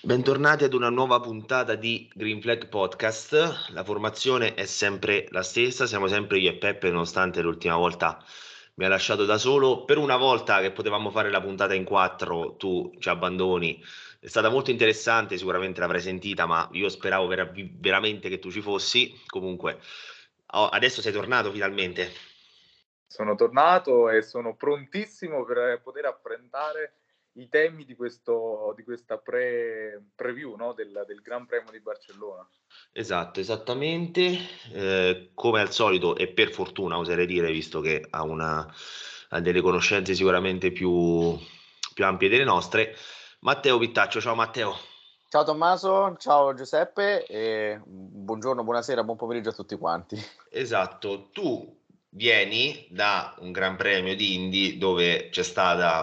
Bentornati ad una nuova puntata di Green Flag Podcast. La formazione è sempre la stessa, siamo sempre io e Peppe, nonostante l'ultima volta mi ha lasciato da solo. Per una volta che potevamo fare la puntata in 4, tu ci abbandoni. È stata molto interessante, sicuramente l'avrai sentita, ma io speravo veramente che tu ci fossi. Comunque, adesso sei tornato finalmente. Sono tornato e sono prontissimo per poter affrontare i temi di questa preview, no? del Gran Premio di Barcellona. Esatto, esattamente, come al solito e per fortuna oserei dire, visto che ha delle conoscenze sicuramente più ampie delle nostre, Matteo Pittaccio. Ciao Matteo. Ciao Tommaso, ciao Giuseppe e buongiorno, buonasera, buon pomeriggio a tutti quanti. Esatto, tu vieni da un Gran Premio di Indy dove c'è stata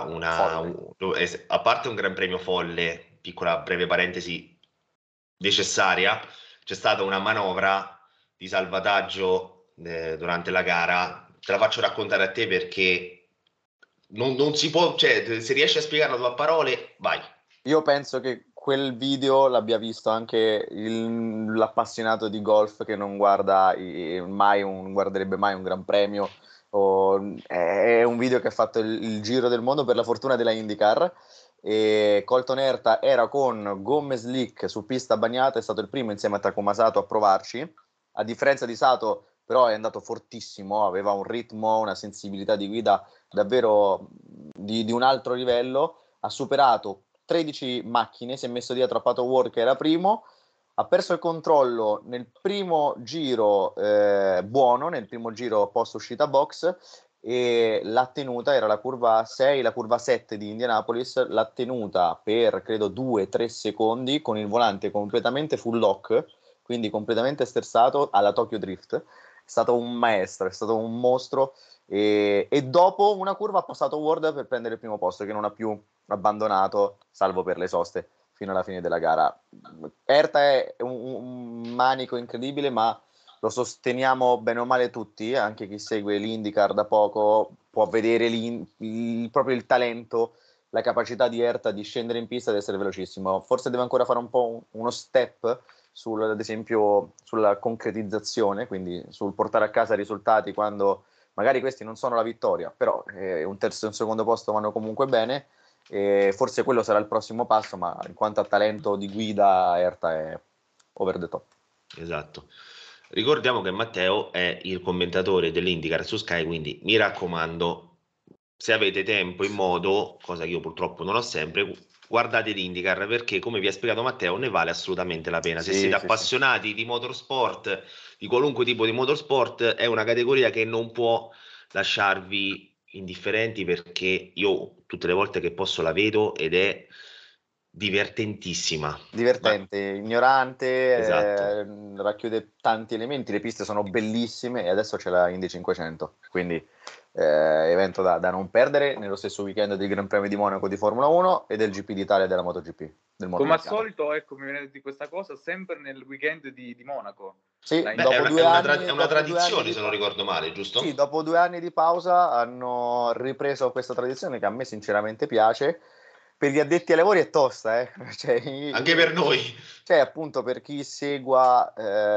a parte un Gran Premio folle, piccola breve parentesi necessaria, c'è stata una manovra di salvataggio durante la gara. Te la faccio raccontare a te perché non si può, cioè, se riesci a spiegarla tu a parole, vai. Io penso che quel video l'abbia visto anche l'appassionato di golf che non guarderebbe mai un Gran Premio. È un video che ha fatto il giro del mondo per la fortuna della IndyCar. E Colton Herta era con gomme slick su pista bagnata, è stato il primo insieme a Takuma Sato a provarci. A differenza di Sato, però, è andato fortissimo, aveva un ritmo, una sensibilità di guida davvero di un altro livello. Ha superato 13 macchine, si è messo dietro a Pato Ward che era primo, ha perso il controllo nel primo giro buono, nel primo giro post uscita box, e l'ha tenuta, era la curva 6, la curva 7 di Indianapolis, l'ha tenuta per credo 2-3 secondi con il volante completamente full lock, quindi completamente sterzato alla Tokyo Drift. È stato un maestro, è stato un mostro, e dopo una curva ha passato Ward per prendere il primo posto, che non ha più abbandonato, salvo per le soste, fino alla fine della gara. Herta è un manico incredibile, ma lo sosteniamo bene o male tutti, anche chi segue l'IndyCar da poco può vedere proprio il talento, la capacità di Herta di scendere in pista ed essere velocissimo. Forse deve ancora fare un po' uno step ad esempio sulla concretizzazione, quindi sul portare a casa risultati quando magari questi non sono la vittoria, però un terzo e un secondo posto vanno comunque bene, e forse quello sarà il prossimo passo, ma in quanto a talento di guida Herta è over the top. Esatto. Ricordiamo che Matteo è il commentatore dell'IndyCar su Sky, quindi mi raccomando, se avete tempo e modo, cosa che io purtroppo non ho sempre, guardate l'IndyCar perché, come vi ha spiegato Matteo, ne vale assolutamente la pena. Se siete appassionati di motorsport, di qualunque tipo di motorsport, è una categoria che non può lasciarvi indifferenti, perché io tutte le volte che posso la vedo ed è divertentissima. Divertente, ignorante, Esatto. racchiude tanti elementi, le piste sono bellissime e adesso c'è la Indy 500, quindi evento da non perdere nello stesso weekend del Gran Premio di Monaco di Formula 1 e del GP d'Italia della MotoGP. Come al solito, ecco, mi viene di questa cosa, sempre nel weekend di Monaco. Sì, dopo è una tradizione, se non ricordo male, giusto? Sì, dopo 2 anni di pausa hanno ripreso questa tradizione che a me sinceramente piace. Per gli addetti ai lavori è tosta, Anche per noi. Cioè, appunto, per chi segua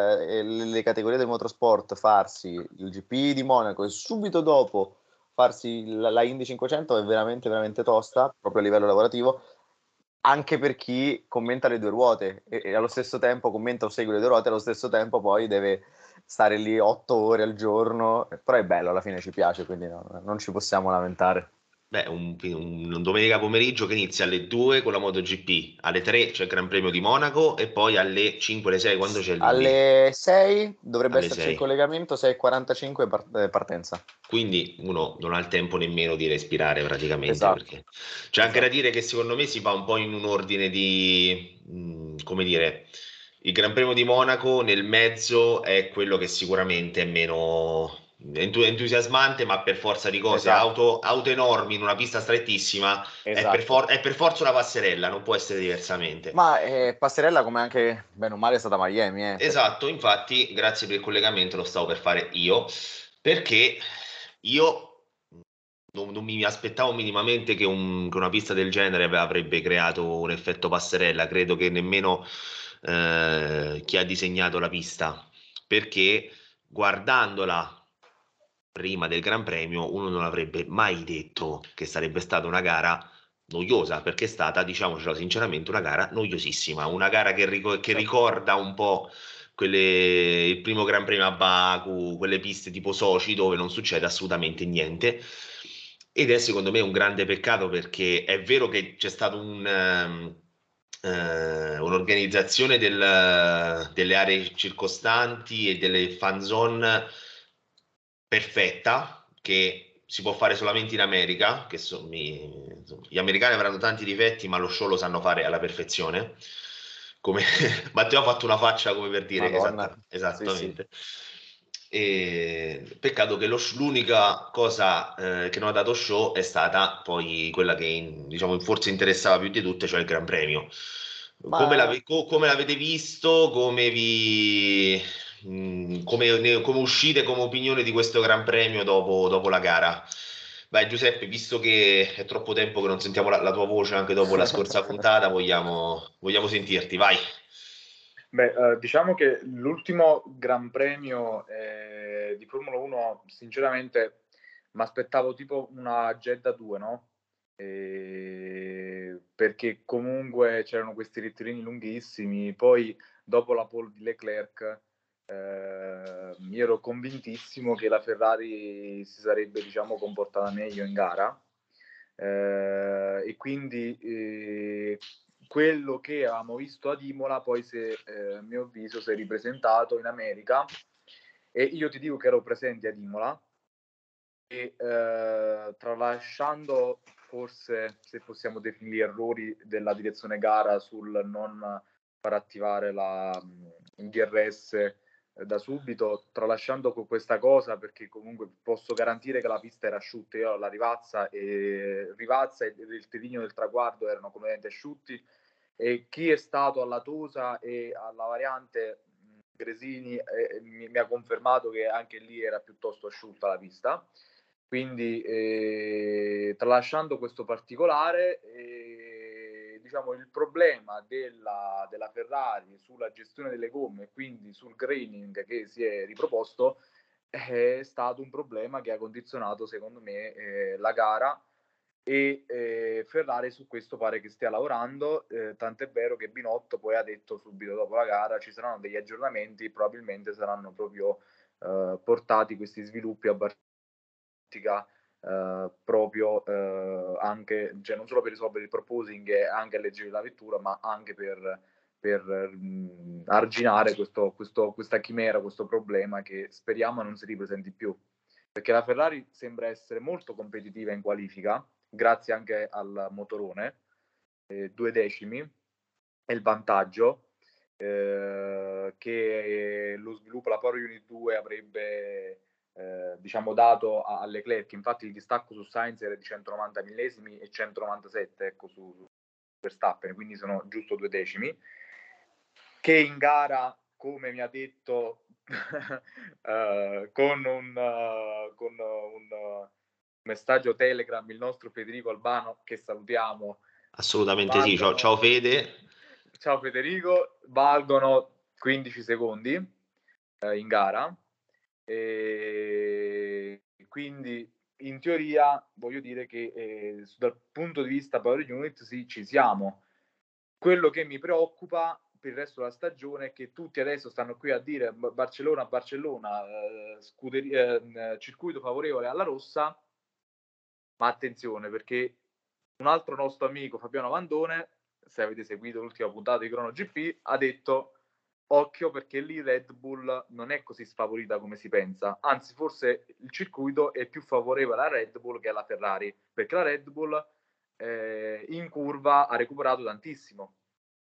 le categorie del motorsport, farsi il GP di Monaco e subito dopo farsi la Indy 500 è veramente, veramente tosta, proprio a livello lavorativo, anche per chi commenta le due ruote e allo stesso tempo commenta o segue le due ruote, allo stesso tempo poi deve stare lì 8 ore al giorno, però è bello, alla fine ci piace, quindi non ci possiamo lamentare. Beh, un domenica pomeriggio che inizia alle 2 con la MotoGP, alle 3 c'è il Gran Premio di Monaco e poi alle 5, alle 6 quando c'è l'Indy? Alle 6 dovrebbe Alle esserci 6. il collegamento, 6:45 partenza. Quindi uno non ha il tempo nemmeno di respirare praticamente, Esatto. Perché c'è anche da dire che secondo me si va un po' in un ordine di, come dire, il Gran Premio di Monaco nel mezzo è quello che sicuramente è meno entusiasmante, ma per forza di cose, Esatto. auto enormi in una pista strettissima, Esatto. è per forza una passerella, non può essere diversamente. Ma passerella come anche bene o male è stata Miami. Esatto, infatti, grazie per il collegamento, lo stavo per fare io, perché io non mi aspettavo minimamente che una pista del genere avrebbe creato un effetto passerella. Credo che nemmeno chi ha disegnato la pista, perché guardandola prima del Gran Premio uno non avrebbe mai detto che sarebbe stata una gara noiosa, perché è stata, diciamocelo sinceramente, una gara noiosissima, una gara che ricorda un po' il primo Gran Premio a Baku, quelle piste tipo Sochi dove non succede assolutamente niente. Ed è secondo me un grande peccato, perché è vero che c'è stato un'organizzazione delle aree circostanti e delle fan zone perfetta, che si può fare solamente in America, gli americani avranno tanti difetti, ma lo show lo sanno fare alla perfezione. Come Matteo ha fatto una faccia come per dire Madonna, esattamente. E peccato che l'unica cosa che non ha dato show è stata poi quella che diciamo forse interessava più di tutte, cioè il Gran Premio. Come Ma come l'avete visto? Come uscite come opinione di questo Gran Premio dopo la gara? Vai Giuseppe, visto che è troppo tempo che non sentiamo la tua voce anche dopo la scorsa puntata, vogliamo sentirti, vai. Beh, diciamo che l'ultimo Gran Premio di Formula 1, sinceramente, mi aspettavo tipo una Jeddah 2, no? Perché comunque c'erano questi rittirini lunghissimi, poi dopo la pole di Leclerc io ero convintissimo che la Ferrari si sarebbe, diciamo, comportata meglio in gara, e quindi quello che avevamo visto ad Imola poi a mio avviso si è ripresentato in America, e io ti dico che ero presente ad Imola e tralasciando forse, se possiamo definire, errori della direzione gara sul non far attivare il DRS da subito, tralasciando questa cosa, perché comunque posso garantire che la pista era asciutta. Io la Rivazza e il Tirigno del Traguardo erano completamente asciutti, e chi è stato alla Tosa e alla variante Gresini mi ha confermato che anche lì era piuttosto asciutta la pista. Quindi tralasciando questo particolare, diciamo il problema della Ferrari sulla gestione delle gomme e quindi sul graining che si è riproposto è stato un problema che ha condizionato secondo me la gara, e Ferrari su questo pare che stia lavorando, tant'è vero che Binotto poi ha detto subito dopo la gara ci saranno degli aggiornamenti, probabilmente saranno proprio portati questi sviluppi a Bartica, proprio anche, cioè non solo per risolvere il proposing e anche alleggerire la vettura, ma anche per arginare questa chimera, questo problema che speriamo non si ripresenti più, perché la Ferrari sembra essere molto competitiva in qualifica, grazie anche al motorone, 2 decimi è il vantaggio che lo sviluppo, la Power Unit 2 avrebbe diciamo dato a Leclerc. Infatti il distacco su Sainz era di 190 millesimi e 197 ecco, su Verstappen, quindi sono giusto 2 decimi, che in gara, come mi ha detto con un messaggio Telegram il nostro Federico Albano, che salutiamo. Assolutamente sì, ciao Fede. Ciao Federico, valgono 15 secondi in gara, e quindi in teoria voglio dire che dal punto di vista Power Unit sì, ci siamo. Quello che mi preoccupa per il resto della stagione è che tutti adesso stanno qui a dire Barcellona, circuito favorevole alla rossa, ma attenzione, perché un altro nostro amico Fabiano Vandone, se avete seguito l'ultima puntata di Crono GP, ha detto occhio perché lì Red Bull non è così sfavorita come si pensa, anzi forse il circuito è più favorevole alla Red Bull che alla Ferrari, perché la Red Bull in curva ha recuperato tantissimo,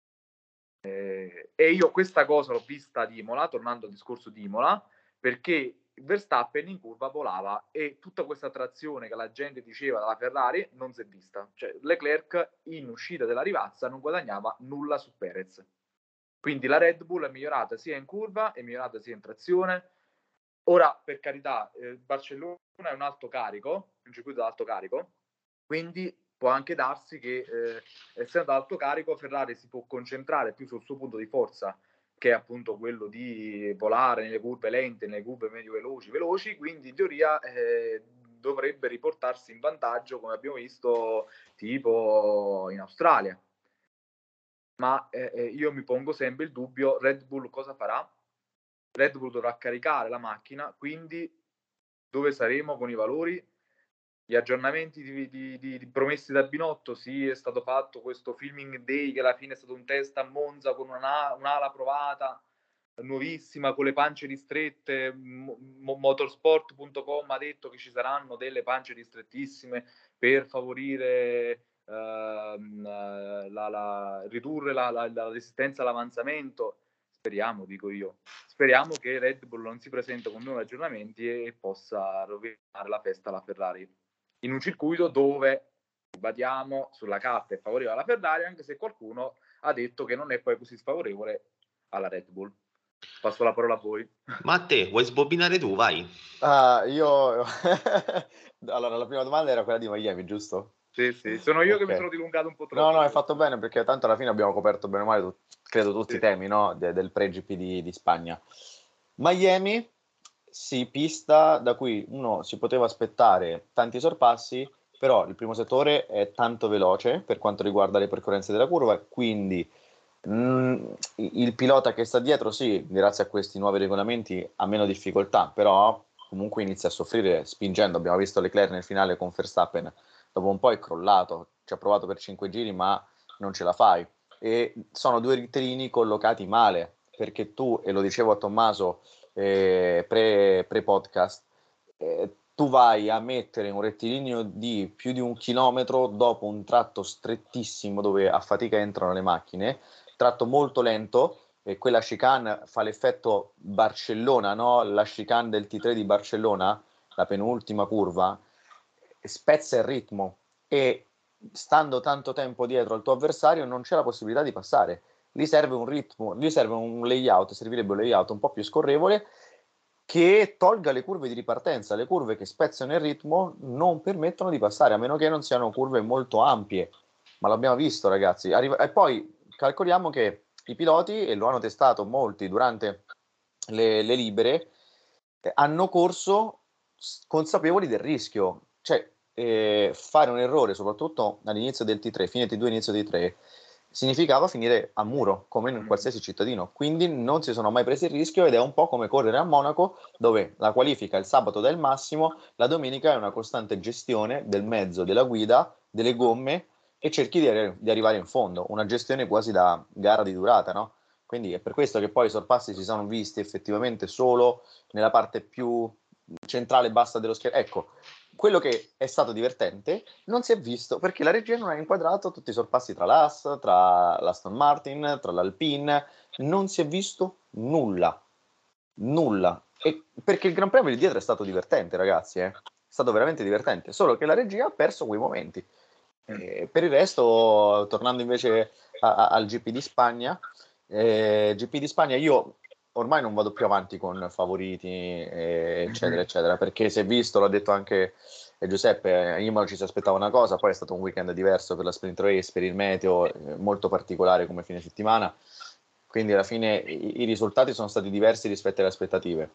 e io questa cosa l'ho vista ad Imola, tornando al discorso di Imola, perché Verstappen in curva volava e tutta questa trazione che la gente diceva dalla Ferrari non si è vista. Cioè Leclerc in uscita della Rivazza non guadagnava nulla su Perez. Quindi la Red Bull è migliorata sia in curva, è migliorata sia in trazione, Ora, per carità, Barcellona è un alto carico, un circuito ad alto carico, quindi può anche darsi che, essendo ad alto carico, Ferrari si può concentrare più sul suo punto di forza, che è appunto quello di volare nelle curve lente, nelle curve medio veloci, quindi in teoria dovrebbe riportarsi in vantaggio, come abbiamo visto, tipo in Australia. Ma io mi pongo sempre il dubbio, Red Bull cosa farà? Red Bull dovrà caricare la macchina, quindi dove saremo con i valori? Gli aggiornamenti di promessi da Binotto, sì, è stato fatto questo filming day che alla fine è stato un test a Monza con un'ala provata, nuovissima, con le pance ristrette. Motorsport.com ha detto che ci saranno delle pance ristrettissime per favorire ridurre la resistenza all'avanzamento. Speriamo, dico io. Speriamo che Red Bull non si presenti con nuovi aggiornamenti e possa rovinare la festa alla Ferrari. In un circuito dove, ribadiamo, sulla carta è favorevole alla Ferrari, anche se qualcuno ha detto che non è poi così sfavorevole alla Red Bull. Passo la parola a voi. Ma a te, vuoi sbobinare tu? Vai. Io allora la prima domanda era quella di Miami, giusto? Sì, sono io che mi Ok. sono dilungato un po' troppo. No, hai fatto bene perché tanto alla fine abbiamo coperto bene o male, credo, tutti Sì. i temi, no? Del pre-GP di Spagna. Miami, sì, pista da cui uno si poteva aspettare tanti sorpassi, però il primo settore è tanto veloce per quanto riguarda le percorrenze della curva, quindi il pilota che sta dietro, sì, grazie a questi nuovi regolamenti ha meno difficoltà, però comunque inizia a soffrire spingendo. Abbiamo visto Leclerc nel finale con Verstappen, dopo un po' è crollato, ci ha provato per 5 giri ma non ce la fai. E sono due rettilini collocati male, perché tu, e lo dicevo a Tommaso pre-podcast, tu vai a mettere un rettilineo di più di 1 chilometro dopo un tratto strettissimo dove a fatica entrano le macchine, tratto molto lento, e quella chicane fa l'effetto Barcellona, no? La chicane del T3 di Barcellona, la penultima curva, spezza il ritmo e stando tanto tempo dietro al tuo avversario non c'è la possibilità di passare. Gli serve un ritmo, gli serve un layout, servirebbe un layout un po' più scorrevole che tolga le curve di ripartenza. Le curve che spezzano il ritmo non permettono di passare, a meno che non siano curve molto ampie. Ma l'abbiamo visto, ragazzi. E poi calcoliamo che i piloti, e lo hanno testato molti durante le libere, hanno corso consapevoli del rischio. Cioè, fare un errore, soprattutto all'inizio del T3, fine T2, inizio T3, significava finire a muro, come in qualsiasi cittadino. Quindi non si sono mai presi il rischio ed è un po' come correre a Monaco, dove la qualifica il sabato dà il massimo, la domenica è una costante gestione del mezzo, della guida, delle gomme e cerchi di arrivare in fondo, una gestione quasi da gara di durata, no? Quindi è per questo che poi i sorpassi si sono visti effettivamente solo nella parte più centrale e bassa dello schermo. Ecco, quello che è stato divertente non si è visto perché la regia non ha inquadrato tutti i sorpassi tra l'As, tra l'Aston Martin, tra l'Alpine, non si è visto nulla, e perché il Gran Premio di dietro è stato divertente, ragazzi, è stato veramente divertente, solo che la regia ha perso quei momenti. Per il resto, tornando invece al GP di Spagna, io ormai non vado più avanti con favoriti, eccetera, eccetera, perché si è visto, l'ha detto anche Giuseppe, Imola ci si aspettava una cosa, poi è stato un weekend diverso per la sprint race, per il meteo, molto particolare come fine settimana, quindi alla fine i risultati sono stati diversi rispetto alle aspettative.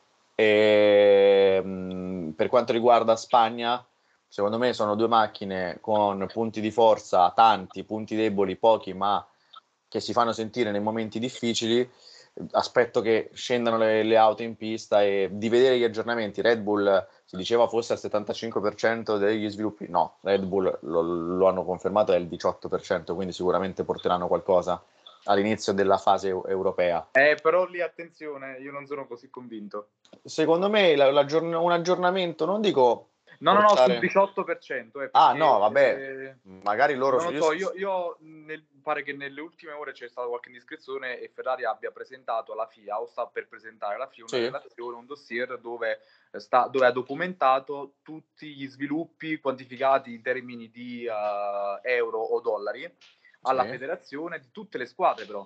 Per quanto riguarda Spagna, secondo me sono due macchine con punti di forza tanti, punti deboli pochi, ma che si fanno sentire nei momenti difficili. Aspetto che scendano le auto in pista e di vedere gli aggiornamenti. Red Bull si diceva fosse al 75% degli sviluppi, no, Red Bull lo hanno confermato, è il 18%, quindi sicuramente porteranno qualcosa all'inizio della fase europea. Però lì attenzione, io non sono così convinto. Secondo me un aggiornamento, non dico No, sul 18%. Perché, no, vabbè, magari loro... Non lo so, io pare che nelle ultime ore c'è stata qualche indiscrezione e Ferrari abbia presentato alla FIA, o sta per presentare alla FIA, una relazione, un dossier dove ha documentato tutti gli sviluppi quantificati in termini di euro o dollari alla federazione di tutte le squadre, però.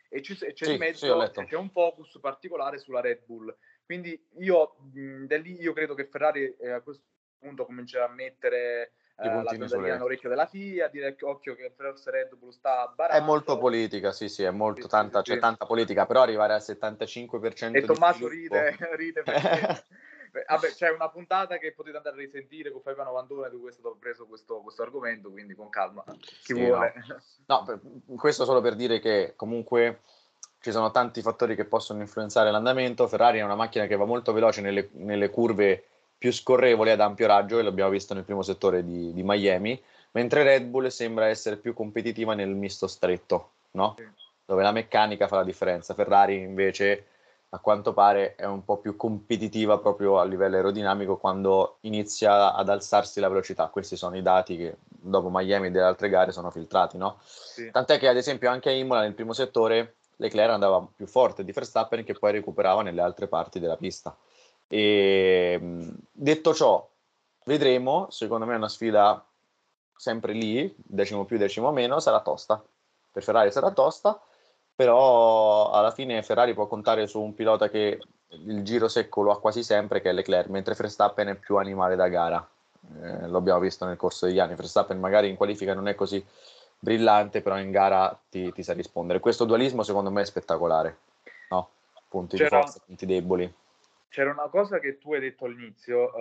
e c'è Sì, di mezzo, sì, ho letto. c'è un focus particolare sulla Red Bull. Quindi io da lì io credo che Ferrari a questo punto comincerà a mettere I la puntini bandierina all'orecchio della FIA, dire occhio che forse Red Bull sta È molto barando. politica, sì, sì, è molto Sì, tanta, c'è sì. tanta politica, però arrivare al E 75% di Tommaso sviluppo. ride perché vabbè, c'è una puntata che potete andare a risentire con Fabio 91 di cui è stato preso questo argomento, quindi con calma, chi Sì, vuole. no, questo solo per dire che comunque ci sono tanti fattori che possono influenzare l'andamento. Ferrari è una macchina che va molto veloce nelle curve più scorrevoli ad ampio raggio, e l'abbiamo visto nel primo settore di Miami, mentre Red Bull sembra essere più competitiva nel misto stretto, no? Sì. Dove la meccanica fa la differenza. Ferrari invece, a quanto pare, è un po' più competitiva proprio a livello aerodinamico quando inizia ad alzarsi la velocità. Questi sono i dati che dopo Miami e delle altre gare sono filtrati, no? Sì. Tant'è che ad esempio anche a Imola nel primo settore Leclerc andava più forte di Verstappen, che poi recuperava nelle altre parti della pista. E detto ciò, vedremo. Secondo me è una sfida sempre lì, decimo più, decimo meno, sarà tosta. Per Ferrari sarà tosta, però alla fine Ferrari può contare su un pilota che il giro secco lo ha quasi sempre, che è Leclerc, mentre Verstappen è più animale da gara. Lo abbiamo visto nel corso degli anni. Verstappen magari in qualifica non è così brillante, però in gara ti sa rispondere. Questo dualismo secondo me è spettacolare, no? Punti di C'era forza, punti deboli. una cosa che tu hai detto all'inizio,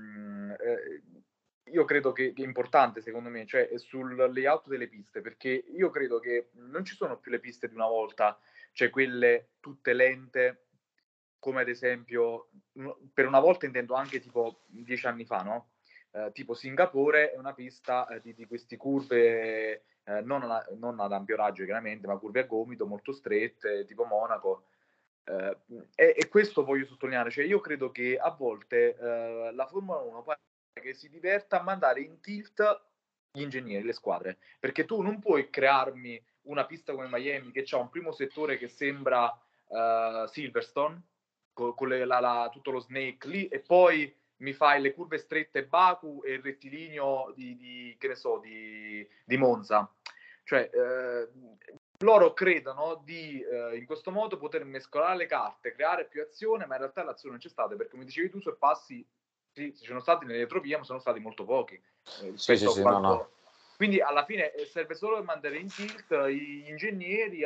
io credo che è importante secondo me, cioè sul layout delle piste, perché io credo che non ci sono più le piste di una volta, cioè quelle tutte lente, come ad esempio, per una volta intendo anche tipo 10 anni fa, no? Tipo Singapore è una pista di questi curve, non ad ampio raggio chiaramente, ma curve a gomito molto strette, tipo Monaco. E questo voglio sottolineare, cioè io credo che a volte la Formula 1 pare che si diverta a mandare in tilt gli ingegneri, le squadre, perché tu non puoi crearmi una pista come Miami che ha un primo settore che sembra Silverstone, con tutto lo snake lì, e poi mi fai le curve strette Baku e il rettilineo che ne so, di Monza. Cioè, loro credono di in questo modo poter mescolare le carte, creare più azione, ma in realtà l'azione non c'è stata, perché come dicevi tu, sorpassi sì, ci sono stati nell'entropia, ma sono stati molto pochi rispetto a quanto... No. Quindi alla fine serve solo per mandare in tilt gli ingegneri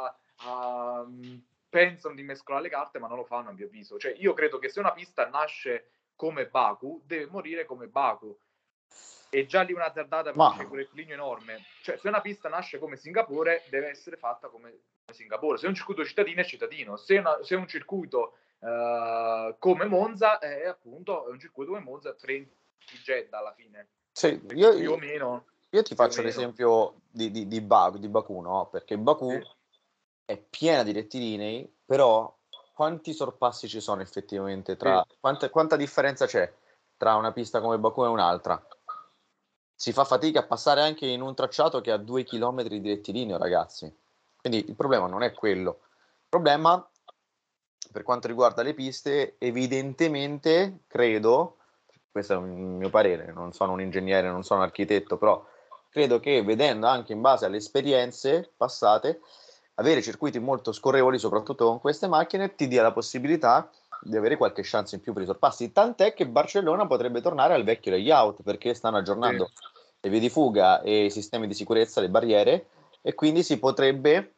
pensano di mescolare le carte, ma non lo fanno a mio avviso. Cioè, io credo che se una pista nasce come Baku, deve morire come Baku. E già lì una azzardata perché c'è quel rettilineo enorme. Cioè, se una pista nasce come Singapore, deve essere fatta come Singapore. Se è un circuito cittadino, è cittadino. Se è un circuito come Monza, appunto, è un circuito come Monza, prendi Jeddah alla fine. Sì, Più o meno. io ti faccio l'esempio di Baku, no? Perché Baku è piena di rettilinei, però quanti sorpassi ci sono effettivamente tra... Quanta differenza c'è tra una pista come Baku e un'altra? Si fa fatica a passare anche in un tracciato che ha 2 chilometri di rettilineo, ragazzi. Quindi il problema non è quello. Il problema, per quanto riguarda le piste, evidentemente, credo, questo è un mio parere, non sono un ingegnere, non sono un architetto, però credo che vedendo anche in base alle esperienze passate, avere circuiti molto scorrevoli, soprattutto con queste macchine, ti dia la possibilità di avere qualche chance in più per i sorpassi. Tant'è che Barcellona potrebbe tornare al vecchio layout, perché stanno aggiornando le vie di fuga e i sistemi di sicurezza, le barriere, e quindi si potrebbe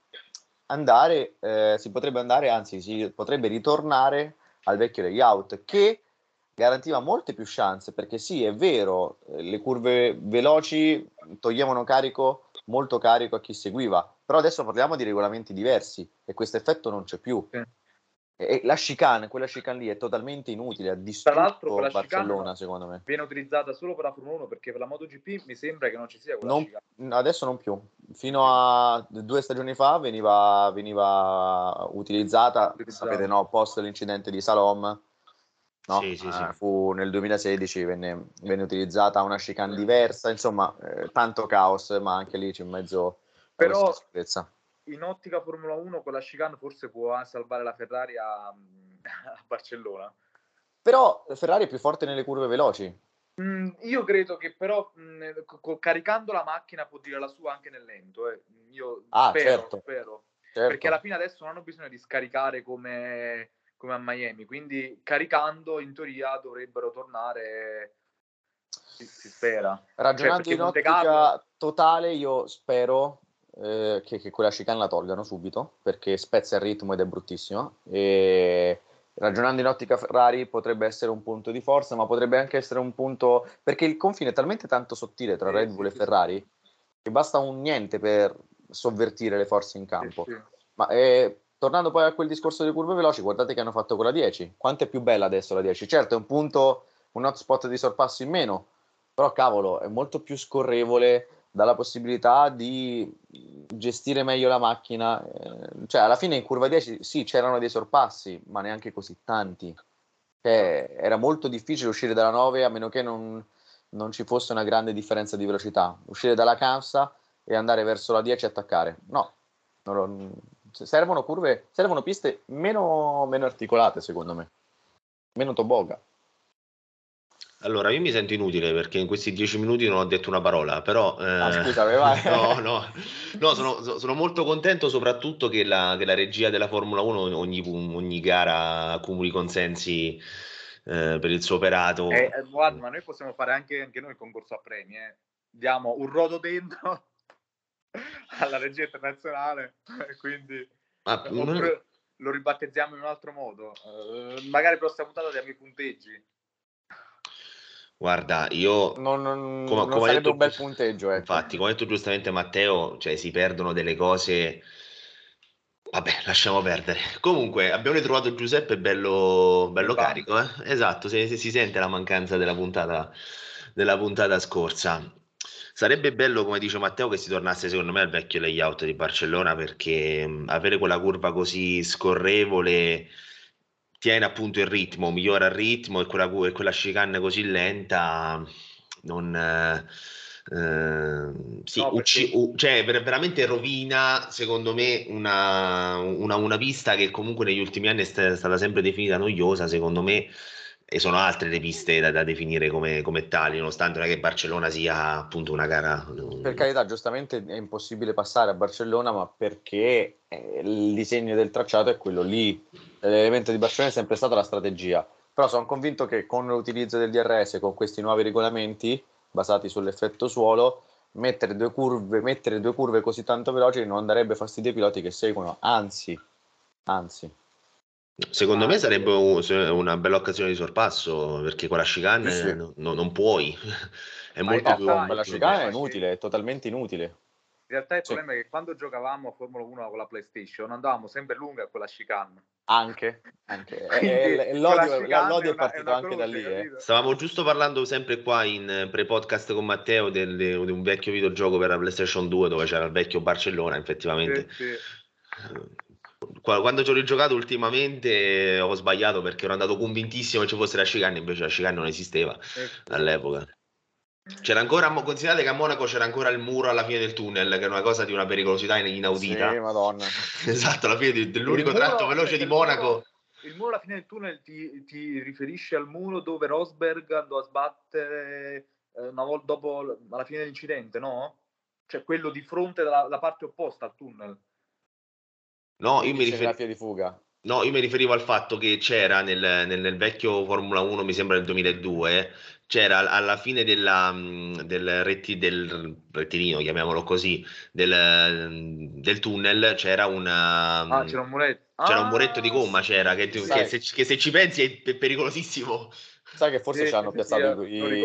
ritornare al vecchio layout, che garantiva molte più chance, perché sì, è vero, le curve veloci toglievano molto carico a chi seguiva, però adesso parliamo di regolamenti diversi e questo effetto non c'è più. E quella chicane lì è totalmente inutile, ha Tra l'altro, distrutto quella Barcellona, chicane secondo me. viene utilizzata solo per la Formula 1, perché per la MotoGP mi sembra che non ci sia quella chicane. Adesso non più. Fino a 2 stagioni fa veniva utilizzata, sapete, no, post l'incidente di Salom, no? Sì. Fu nel 2016, venne utilizzata una chicane diversa, insomma, tanto caos, ma anche lì c'è in mezzo la questione Però di sicurezza. in ottica Formula 1 quella chicane forse può salvare la Ferrari a Barcellona. Però Ferrari è più forte nelle curve veloci. Io credo che però caricando la macchina può dire la sua anche nel lento. Io spero. perché alla fine adesso non hanno bisogno di scaricare come a Miami, quindi caricando in teoria dovrebbero tornare, si spera. Ragionando in ottica totale, io spero che quella chicane la tolgano subito, perché spezza il ritmo ed è bruttissima. E ragionando in ottica Ferrari potrebbe essere un punto di forza, ma potrebbe anche essere un punto, perché il confine è talmente tanto sottile tra Red Bull e Ferrari che basta un niente per sovvertire le forze in campo. Ma tornando poi a quel discorso delle curve veloci, guardate che hanno fatto con la 10. Quanto è più bella adesso la 10? Certo, è un punto, un hotspot di sorpasso in meno, però cavolo, è molto più scorrevole, dà la possibilità di gestire meglio la macchina. Cioè, alla fine in curva 10 sì, c'erano dei sorpassi, ma neanche così tanti. Era molto difficile uscire dalla 9 a meno che non ci fosse una grande differenza di velocità. Uscire dalla Kansas e andare verso la 10 e attaccare. No, servono piste meno articolate, secondo me. Meno toboga. Allora, io mi sento inutile perché in questi 10 minuti non ho detto una parola, però scusa, vai. No, sono molto contento soprattutto che la regia della Formula 1 ogni gara accumuli consensi per il suo operato. Guarda, ma noi possiamo fare anche noi il concorso a premi, diamo un rodo dentro alla regia internazionale, quindi oppure lo ribattezziamo in un altro modo, magari prossima puntata diamo i punteggi. Guarda, io non sarebbe detto, un bel punteggio, ecco. Infatti, come ha detto giustamente Matteo, cioè si perdono delle cose. Vabbè, lasciamo perdere. Comunque, abbiamo ritrovato Giuseppe bello carico, eh? Esatto, si sente la mancanza della puntata scorsa. Sarebbe bello, come dice Matteo, che si tornasse secondo me al vecchio layout di Barcellona, perché avere quella curva così scorrevole tiene appunto il ritmo, migliora il ritmo, e quella chicane così lenta non sì, No, cioè veramente rovina secondo me una pista che comunque negli ultimi anni è stata sempre definita noiosa, secondo me, e sono altre le piste da definire come tali, nonostante non è che Barcellona sia appunto una gara. Per carità, giustamente è impossibile passare a Barcellona, ma perché il disegno del tracciato è quello lì. L'elemento di Barcellona è sempre stata la strategia. Però sono convinto che con l'utilizzo del DRS, con questi nuovi regolamenti basati sull'effetto suolo, mettere due curve così tanto veloci non darebbe fastidio ai piloti che seguono, anzi. Secondo me sarebbe una bella occasione di sorpasso, perché con la chicane Sì. non puoi. È Ma molto più. La chicane è inutile, è totalmente inutile. In realtà il problema è che quando giocavamo a Formula 1 con la PlayStation andavamo sempre lunga con la chicane. Anche. L'odio è partito anche da lì. Stavamo giusto parlando sempre qua in pre-podcast con Matteo di un vecchio videogioco per la PlayStation 2 dove c'era il vecchio Barcellona, effettivamente. Sì. Quando ci ho rigiocato ultimamente ho sbagliato perché ero andato convintissimo che ci fosse la chicane, invece la chicane non esisteva all'epoca. C'era ancora, considerate che a Monaco c'era ancora il muro alla fine del tunnel, che è una cosa di una pericolosità inaudita. Sì, madonna. Esatto, alla fine dell'unico tratto veloce di Monaco. Il muro alla fine del tunnel ti riferisce al muro dove Rosberg andò a sbattere una volta dopo, alla fine dell'incidente, no? Cioè quello di fronte dalla parte opposta al tunnel. No, io mi riferivo al fatto che c'era nel vecchio Formula 1, mi sembra del 2002, c'era alla fine del rettilineo, chiamiamolo così, del tunnel, c'era c'era un muretto. C'era un muretto di gomma, che se ci pensi è pericolosissimo. Sai che forse ci hanno piazzato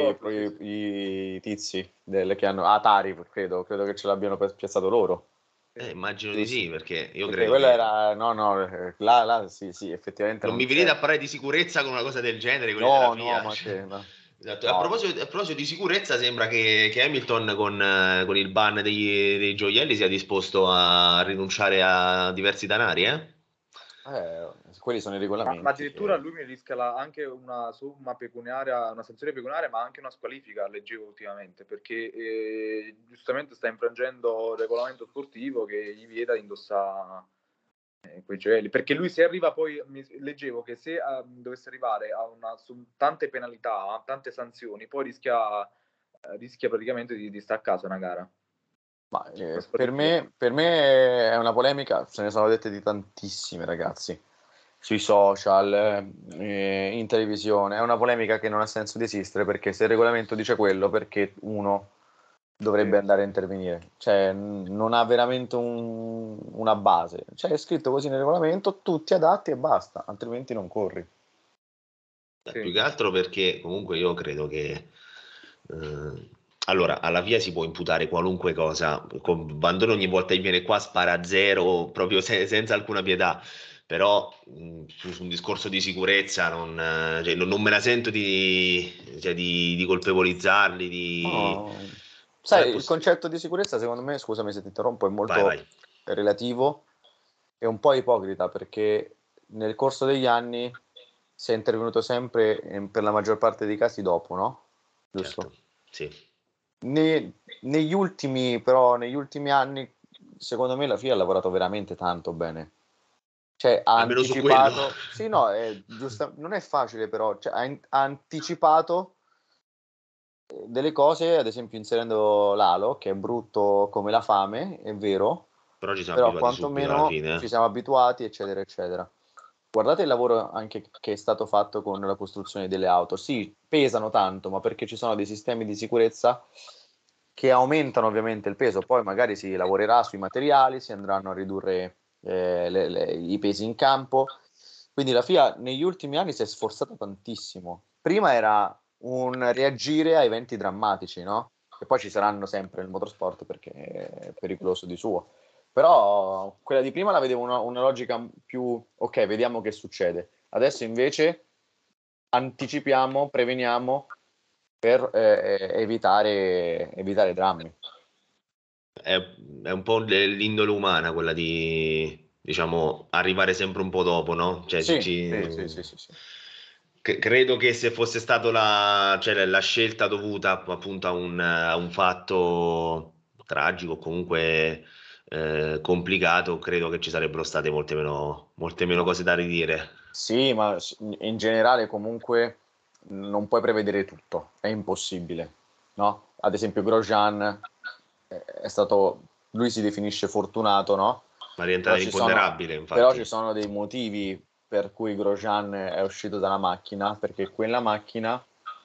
i tizi che hanno Atari, credo che ce l'abbiano piazzato loro. Immagino di sì, perché io credo quello che era là sì, effettivamente non mi venite a parlare di sicurezza con una cosa del genere, no, ma che no. Esatto. No. A proposito di sicurezza, sembra che Hamilton con il ban dei gioielli sia disposto a rinunciare a diversi danari, quelli sono i regolamenti. Ma addirittura lui mi rischia anche una somma pecuniaria, una sanzione pecuniaria, ma anche una squalifica, leggevo ultimamente, perché giustamente sta infrangendo il regolamento sportivo che gli vieta di indossare quei gioielli. Perché lui se arriva poi, leggevo che se dovesse arrivare su tante penalità, tante sanzioni, poi rischia praticamente di stare a casa una gara. Ma, per me è una polemica, se ne sono dette di tantissime, ragazzi, sui social, in televisione. È una polemica che non ha senso di esistere, perché se il regolamento dice quello, perché uno dovrebbe andare a intervenire? Cioè, non ha veramente una base. Cioè, è scritto così nel regolamento, tutti adatti e basta, altrimenti non corri. Più che altro perché comunque io credo che allora alla VIA si può imputare qualunque cosa, con Bandone ogni volta che viene qua spara a zero proprio senza alcuna pietà, però su un discorso di sicurezza cioè, non me la sento di colpevolizzarli. No. Non è Sai, il possibile. concetto di sicurezza, secondo me, scusami se ti interrompo, è Vai, molto vai. relativo e un po' ipocrita, perché nel corso degli anni si è intervenuto sempre, per la maggior parte dei casi, dopo, no? Giusto? Certo, sì. Negli ultimi anni, secondo me, la FIA ha lavorato veramente tanto bene. Cioè, ha Almeno su quello. anticipato, sì, no, è giusto, non è facile, però, cioè, ha anticipato delle cose, ad esempio inserendo l'halo, che è brutto come la fame, è vero, Però ci siamo però abituati subito alla quantomeno fine. ci siamo abituati, eccetera, eccetera. Guardate il lavoro anche che è stato fatto con la costruzione delle auto. Sì, pesano tanto, ma perché ci sono dei sistemi di sicurezza che aumentano ovviamente il peso. Poi magari si lavorerà sui materiali, si andranno a ridurre i pesi in campo. Quindi la FIA negli ultimi anni si è sforzata tantissimo. Prima era un reagire a eventi drammatici, no? E poi ci saranno sempre nel motorsport perché è pericoloso di suo. Però quella di prima la vedevo una logica più, ok, vediamo che succede. Adesso invece anticipiamo, preveniamo per evitare drammi. È un po' l'indole umana quella di, diciamo, arrivare sempre un po' dopo, no? Cioè, Sì, sì, sì, sì, sì. credo che se fosse stata cioè, la scelta dovuta appunto a un fatto tragico, comunque complicato, credo che ci sarebbero state molte meno cose da ridire. Sì, ma in generale comunque non puoi prevedere tutto, è impossibile, no? Ad esempio Grosjean è stato, lui si definisce fortunato, no? Ma rientra Però ci sono, nell'imponderabile, però ci infatti. sono dei motivi per cui Grosjean è uscito dalla macchina, perché quella macchina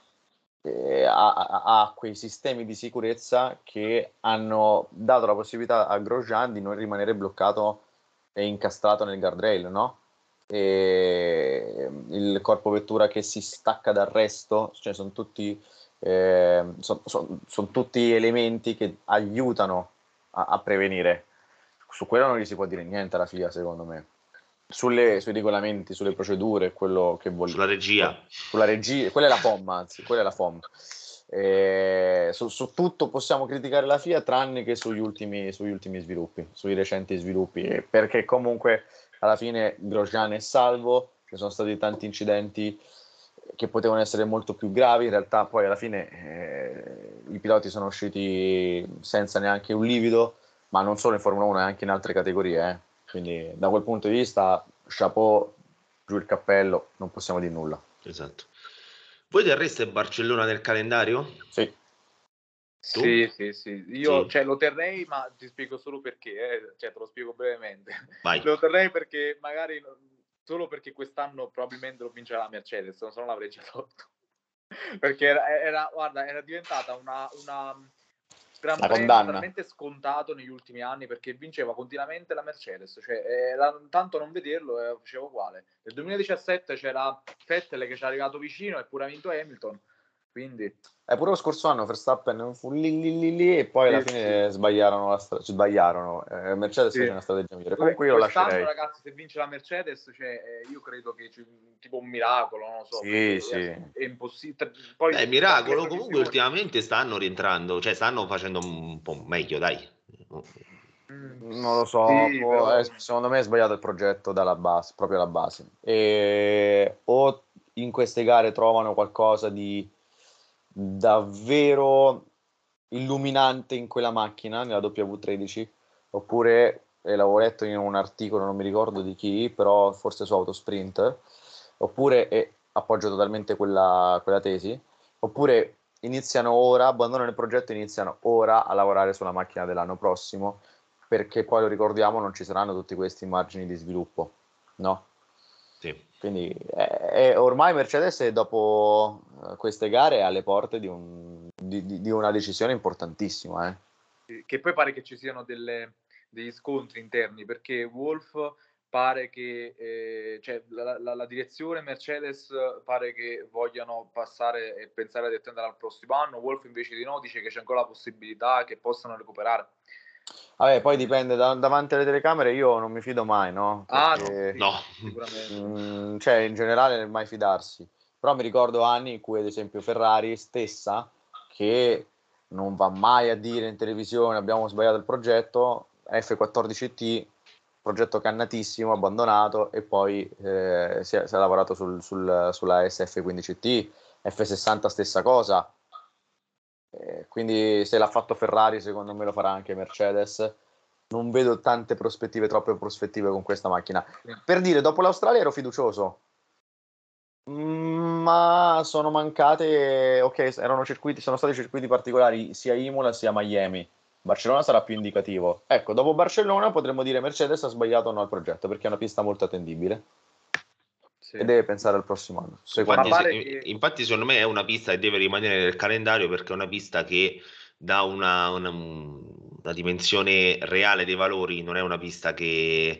ha quei sistemi di sicurezza che hanno dato la possibilità a Grosjean di non rimanere bloccato e incastrato nel guardrail, no? E il corpo vettura che si stacca dal resto, cioè sono tutti, son tutti elementi che aiutano a prevenire. Su quello non gli si può dire niente alla FIA, secondo me. Sui regolamenti, sulle procedure, quello che vuol Sulla regia. sulla regia, quella è la FOM, anzi, quella è la FOM. Su tutto possiamo criticare la FIA tranne che sugli ultimi sviluppi, sui recenti sviluppi, perché comunque alla fine Grosjean è salvo, ci sono stati tanti incidenti che potevano essere molto più gravi, in realtà poi alla fine i piloti sono usciti senza neanche un livido, ma non solo in Formula 1, anche in altre categorie, quindi da quel punto di vista chapeau, giù il cappello, non possiamo dire nulla. Esatto. Voi terreste Barcellona nel calendario? Sì. Tu? Sì, sì, sì. Io, Sì. cioè, lo terrei, ma ti spiego solo perché, cioè, te lo spiego brevemente. Vai. Lo terrei perché magari solo perché quest'anno probabilmente lo vincerà la Mercedes, se no l'avrei già tolto. Perché guarda, era diventata una gran La premio condanna. talmente scontato negli ultimi anni perché vinceva continuamente la Mercedes, cioè tanto non vederlo faceva uguale. Nel 2017 c'era Vettel che ci è arrivato vicino e pure ha vinto Hamilton, quindi Pure lo scorso anno Verstappen fu lì e poi alla sì, fine sbagliarono, Mercedes fece sì. una strategia migliore. Comunque io lo Quest'anno, lascerei. ragazzi, se vince la Mercedes, cioè, io credo che tipo un miracolo, non lo so, Sì, perché sì. è impossibile. Poi Beh, già con le miracolo, comunque previsioni. ultimamente stanno rientrando, cioè stanno facendo un po' meglio, dai. Non lo so, Sì, però secondo me è sbagliato il progetto dalla base, proprio alla base. O in queste gare trovano qualcosa di davvero illuminante in quella macchina, nella W13, oppure, l'avevo letto in un articolo, non mi ricordo di chi, però forse su Autosprint, oppure, e appoggio totalmente quella tesi, oppure abbandonano il progetto, iniziano ora a lavorare sulla macchina dell'anno prossimo, perché poi, lo ricordiamo, non ci saranno tutti questi margini di sviluppo, no? Sì. Quindi ormai Mercedes, dopo queste gare, è alle porte di una decisione importantissima. Che poi pare che ci siano degli scontri interni, perché Wolff pare che cioè la direzione Mercedes pare che vogliano passare e pensare di attendere al prossimo anno. Wolff invece di no, dice che c'è ancora la possibilità che possano recuperare. Vabbè, poi dipende, davanti alle telecamere io non mi fido mai, no? Perché, Sì, No. sicuramente. cioè, in generale mai fidarsi. Però mi ricordo anni in cui, ad esempio, Ferrari stessa, che non va mai a dire in televisione abbiamo sbagliato il progetto, F14T, progetto cannatissimo, abbandonato, e poi si è lavorato sulla SF15T, F60 stessa cosa. Quindi se l'ha fatto Ferrari, secondo me lo farà anche Mercedes. Non vedo troppe prospettive con questa macchina. Per dire, dopo l'Australia ero fiducioso, ma sono mancate, ok, sono stati circuiti particolari sia Imola sia Miami. Barcellona sarà più indicativo. Ecco, dopo Barcellona potremmo dire Mercedes ha sbagliato o no il progetto, perché è una pista molto attendibile. Sì. E deve pensare al prossimo anno. Infatti, secondo me è una pista che deve rimanere nel calendario, perché è una pista che dà una dimensione reale dei valori. Non è una pista che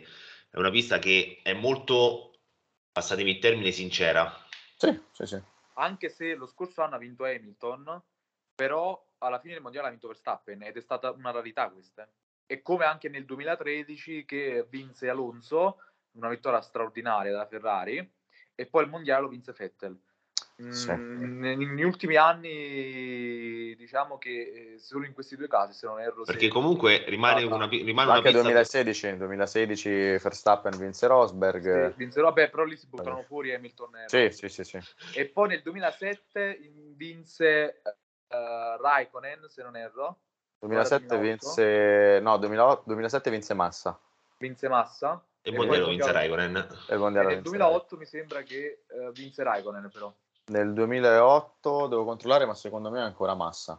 è molto, passatemi il termine, sincera. Sì. Anche se lo scorso anno ha vinto Hamilton, però alla fine del mondiale ha vinto Verstappen, ed è stata una rarità questa. E come anche nel 2013 che vinse Alonso, una vittoria straordinaria da Ferrari, e poi il mondiale lo vinse Vettel. Sì. Negli ultimi anni, diciamo che solo in questi due casi, se non erro, Perché comunque rimane una anche pista. nel 2016 Verstappen vinse Rosberg. Sì, vinsero, vabbè, però lì si buttano fuori Hamilton e Sì. E poi nel 2007 vinse Raikkonen, se non erro. 2007 vinse, no, 2007 vinse Massa. Vinse Massa. E il mondiale lo vinse Raikkonen. E nel 2008 mi sembra che vinse Raikkonen, però. Nel 2008 devo controllare, ma secondo me è ancora Massa.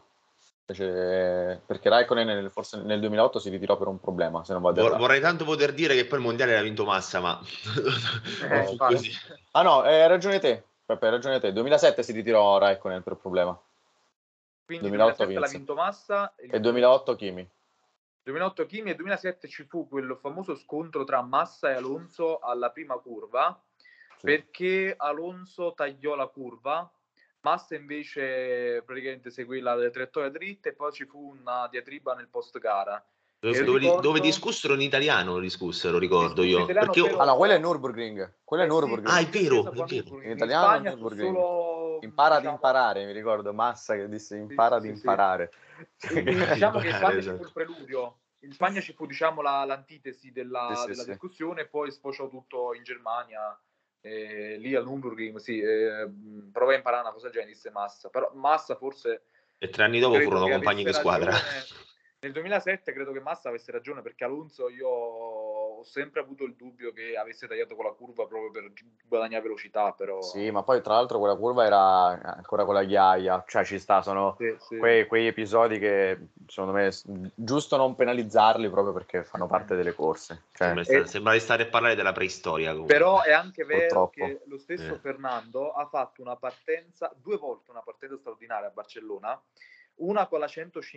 Perché Raikkonen forse nel 2008 si ritirò per un problema, se non vado errato. Vorrei tanto poter dire che poi il mondiale l'ha vinto Massa, ma non fu così. Ah no, hai ragione te. Peppe, hai ragione te. 2007 si ritirò Raikkonen per problema. Quindi 2008 2007 l'ha vinto Massa e 2008 Kimi. 2008 Kimi, e 2007 ci fu quel famoso scontro tra Massa e Alonso alla prima curva, perché Alonso tagliò la curva, Massa invece praticamente seguì la traiettoria dritta, e poi ci fu una diatriba nel post gara. Dove discussero in italiano, ricordo io. Italiano, perché però, no, quello è Nürburgring. Quello è Nürburgring. È vero. In italiano Spagna Nürburgring. solo, impara ad imparare, mi ricordo Massa che disse impara ad imparare. Diciamo che in Spagna ci fu il preludio. In Spagna ci fu, diciamo, l'antitesi della discussione, e poi sfociò tutto in Germania. Lì al Nürburgring prova a imparare una cosa del genere, disse Massa. Però Massa forse... E 3 anni dopo furono compagni di squadra. Nel 2007 credo che Massa avesse ragione, perché Alonso, io ho sempre avuto il dubbio che avesse tagliato quella curva proprio per guadagnare velocità, però... Sì, ma poi tra l'altro quella curva era ancora con la ghiaia, cioè ci sta, sono quei episodi che secondo me è giusto non penalizzarli, proprio perché fanno parte delle corse. Sembra di stare a parlare della preistoria comunque. Però è anche vero Purtroppo. che lo stesso Fernando ha fatto due volte una partenza straordinaria a Barcellona, una con la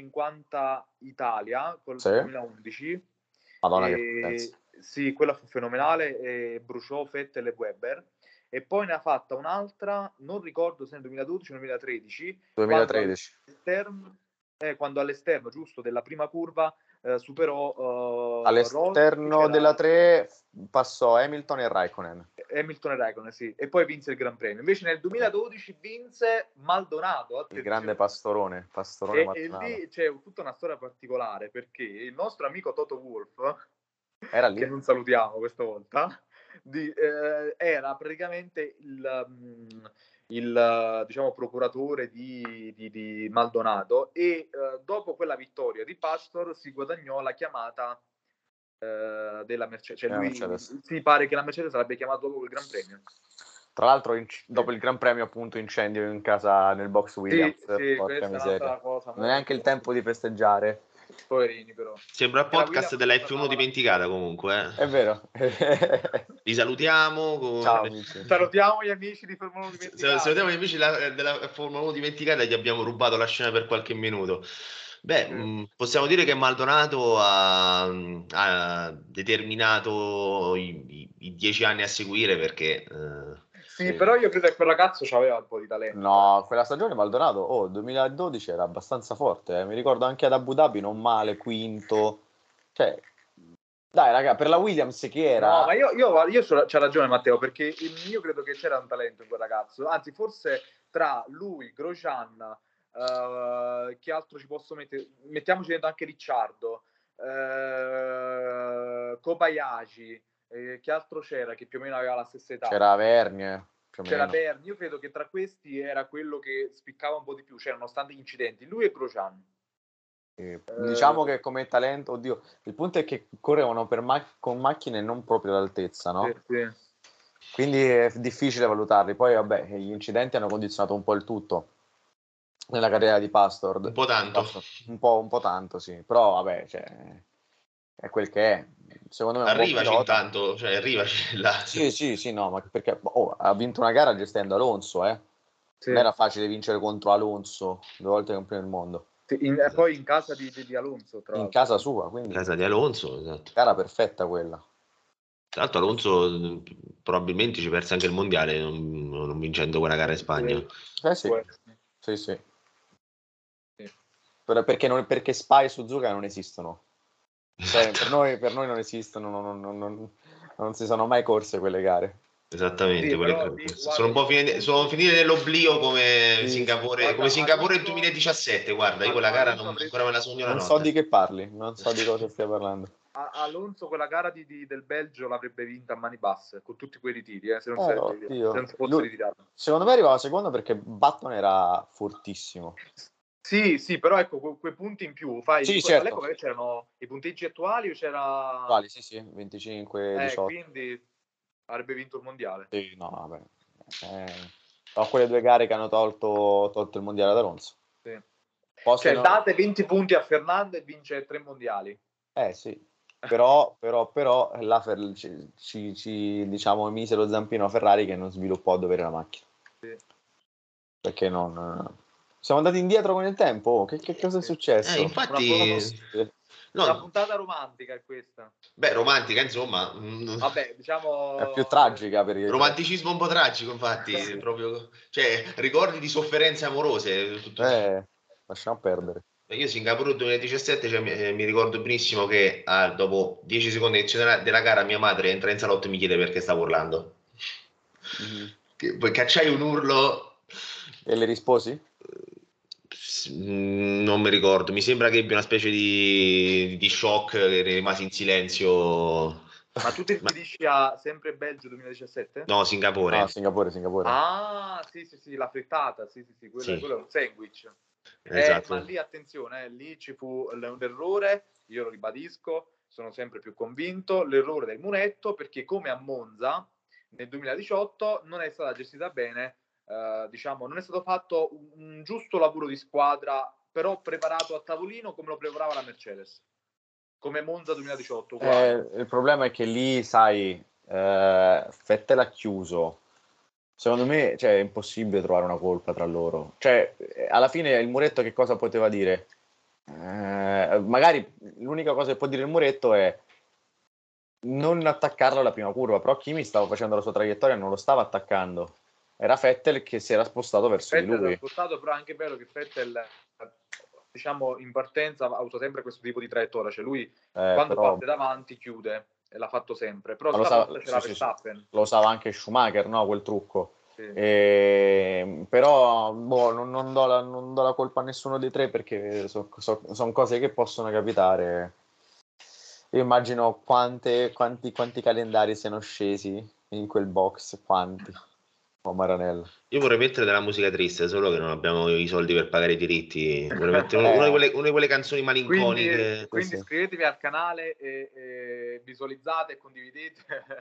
150 Italia, col 2011. Madonna, che potenza. Sì, quella fu fenomenale, e bruciò Vettel e Webber. E poi ne ha fatta un'altra, non ricordo se nel 2012 o 2013. 2013. Quando all'esterno, giusto, della prima curva superò all'esterno della 3 passò Hamilton e Raikkonen. Sì, e poi vinse il Gran Premio. Invece nel 2012 vinse Maldonado, attenzione. Il grande Pastorone e lì c'è tutta una storia particolare, perché il nostro amico Toto Wolff, era lì, che non salutiamo questa volta, era praticamente il diciamo procuratore di Maldonado, e dopo quella vittoria di Pastor si guadagnò la chiamata della Mercedes, cioè lui si pare che la Mercedes l'abbia chiamato dopo il Gran Premio. Tra l'altro dopo il Gran Premio appunto incendio in casa nel box Williams, sì, porca miseria. cosa, Non è neanche il tempo di festeggiare. Poverini però. Sembra il podcast della F1 dimenticata comunque. È vero. Li salutiamo. Ciao amici. Salutiamo gli amici di Formula 1 dimenticata. Salutiamo gli amici della Formula 1 dimenticata, gli abbiamo rubato la scena per qualche minuto. Possiamo dire che Maldonado ha determinato i 10 anni a seguire perché... Sì, però io credo che quel ragazzo aveva un po' di talento. No, quella stagione Maldonado, 2012 era abbastanza forte, mi ricordo anche ad Abu Dhabi, non male, quinto. Cioè, dai raga, per la Williams che era... No, ma io c'ha ragione Matteo, perché io credo che c'era un talento in quel ragazzo, anzi forse tra lui, Grosjean, che altro ci posso mettere? Mettiamoci dentro anche Ricciardo, Kobayashi, che altro c'era che più o meno aveva la stessa età? C'era Vergne. C'era Berni, io credo che tra questi era quello che spiccava un po' di più, cioè nonostante gli incidenti, lui e Grosjean. Diciamo che come talento, oddio, il punto è che correvano con macchine non proprio all'altezza, no? Sì. Quindi è difficile valutarli. Poi vabbè, gli incidenti hanno condizionato un po' il tutto nella carriera di Pastord. Un po' tanto. Un po' tanto, sì. Però vabbè, cioè, è quel che è. Secondo me arrivaci intanto, cioè arrivaci là. Sì, no, ma perché ha vinto una gara gestendo Alonso, Sì. Non era facile vincere contro Alonso, 2 volte campione del mondo. Poi in casa di Alonso, tra l'altro. In casa sua, quindi. In casa di Alonso, esatto. Gara perfetta quella. Tra l'altro Alonso probabilmente ci perse anche il mondiale non vincendo quella gara in Spagna. Sì. Perché Spa e Suzuka non esistono. Cioè, per noi non esistono, non si sono mai corse quelle gare. Esattamente, sono un po' finite nell'oblio come Singapore, come Singapore nel 2017. Guarda, io quella gara ancora me la sogno la notte. Non so di che parli, non so di cosa stia parlando. Alonso quella gara del Belgio l'avrebbe vinta a mani basse con tutti quei ritiri, se non si fosse ritirato. Secondo me arrivava secondo perché Button era fortissimo. Sì, però ecco quei punti in più. Certo. All'epoca c'erano i punteggi attuali o c'era... Attuali, sì, 25, 18. Quindi avrebbe vinto il mondiale. Sì, no, vabbè. Sono quelle 2 gare che hanno tolto il mondiale ad Alonso. Sì. Cioè, date 20 punti a Fernando e vince 3 mondiali. Sì. Però là ci diciamo mise lo zampino a Ferrari che non sviluppò a dovere la macchina. Sì. Perché non... Siamo andati indietro con il tempo? Che cosa è successo? Infatti... Una puntata romantica è questa. Beh, romantica, insomma. Vabbè, diciamo... È più tragica per il... Romanticismo un po' tragico, infatti. Proprio... Cioè, ricordi di sofferenze amorose. Lasciamo perdere. Io Singapore 2017 mi ricordo benissimo che dopo 10 secondi della gara mia madre entra in salotto e mi chiede perché stavo urlando. Poi cacciai un urlo... E le risposi? Non mi ricordo, mi sembra che ebbi una specie di shock che rimasi in silenzio. Ma tu ti riferisci sempre Belgio 2017? No, Singapore. No, Singapore. Ah, sì, la frittata, sì, quello è un sandwich. Esatto. Ma lì attenzione, lì ci fu l'errore, io lo ribadisco, sono sempre più convinto, l'errore del muretto, perché come a Monza nel 2018 non è stata gestita bene, diciamo, non è stato fatto un giusto lavoro di squadra, però preparato a tavolino come lo preparava la Mercedes, come Monza 2018. Il problema è che lì, sai, Vettel ha chiuso. Secondo me, cioè, è impossibile trovare una colpa tra loro. Cioè, alla fine il muretto che cosa poteva dire? Magari l'unica cosa che può dire il muretto è non attaccarlo alla prima curva, però Kimi stava facendo la sua traiettoria, non lo stava attaccando. Era Vettel che si era spostato verso di lui. Era spostato, però è anche vero che Vettel, diciamo, in partenza ha avuto sempre questo tipo di traiettoria, cioè lui quando parte davanti chiude e l'ha fatto sempre, però stavolta c'era Verstappen. Lo usava anche Schumacher, no? Quel trucco. Sì. Però non do la colpa a nessuno dei tre perché sono cose che possono capitare. Io immagino quanti calendari siano scesi in quel box, quanti. Maranello. Io vorrei mettere della musica triste, solo che non abbiamo i soldi per pagare i diritti. Vorrei mettere una di quelle canzoni malinconiche. Quindi iscrivetevi al canale e visualizzate e condividete.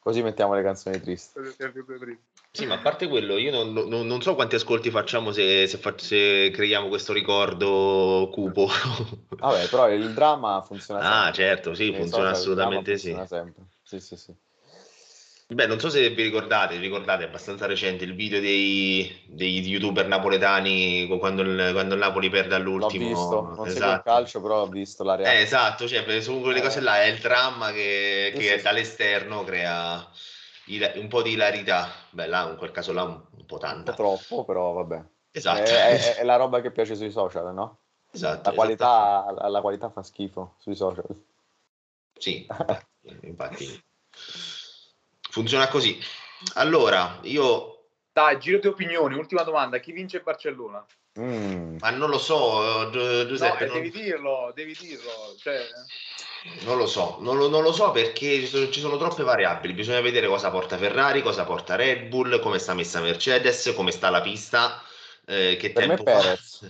Così mettiamo le canzoni tristi. Sì, ma a parte quello, io non so quanti ascolti facciamo se creiamo questo ricordo cupo. Vabbè, però il dramma funziona Ah, sempre. certo, sì, Nei funziona social il dramma assolutamente sì. funziona sempre. Sì. Beh, non so se vi ricordate, è abbastanza recente il video degli youtuber napoletani quando il Napoli perde L'ho visto, all'ultimo. non seguo il Esatto. calcio, però ho visto la reazione. Esatto, cioè, su quelle cose là è il dramma che Sì. dall'esterno crea un po' di ilarità. Beh, là, in quel caso là un po' Un po' tanta. troppo, però vabbè. Esatto. È la roba che piace sui social, no? Esatto, esattamente. La qualità fa schifo sui social. Sì, infatti funziona così. Allora, io Dai, giro di opinioni, ultima domanda, chi vince Barcellona? ma non lo so, Giuseppe, No, devi dirlo, cioè... non lo so, non lo so perché ci sono troppe variabili, bisogna vedere cosa porta Ferrari, cosa porta Red Bull, come sta messa Mercedes, come sta la pista, che Per me tempo fa. Perez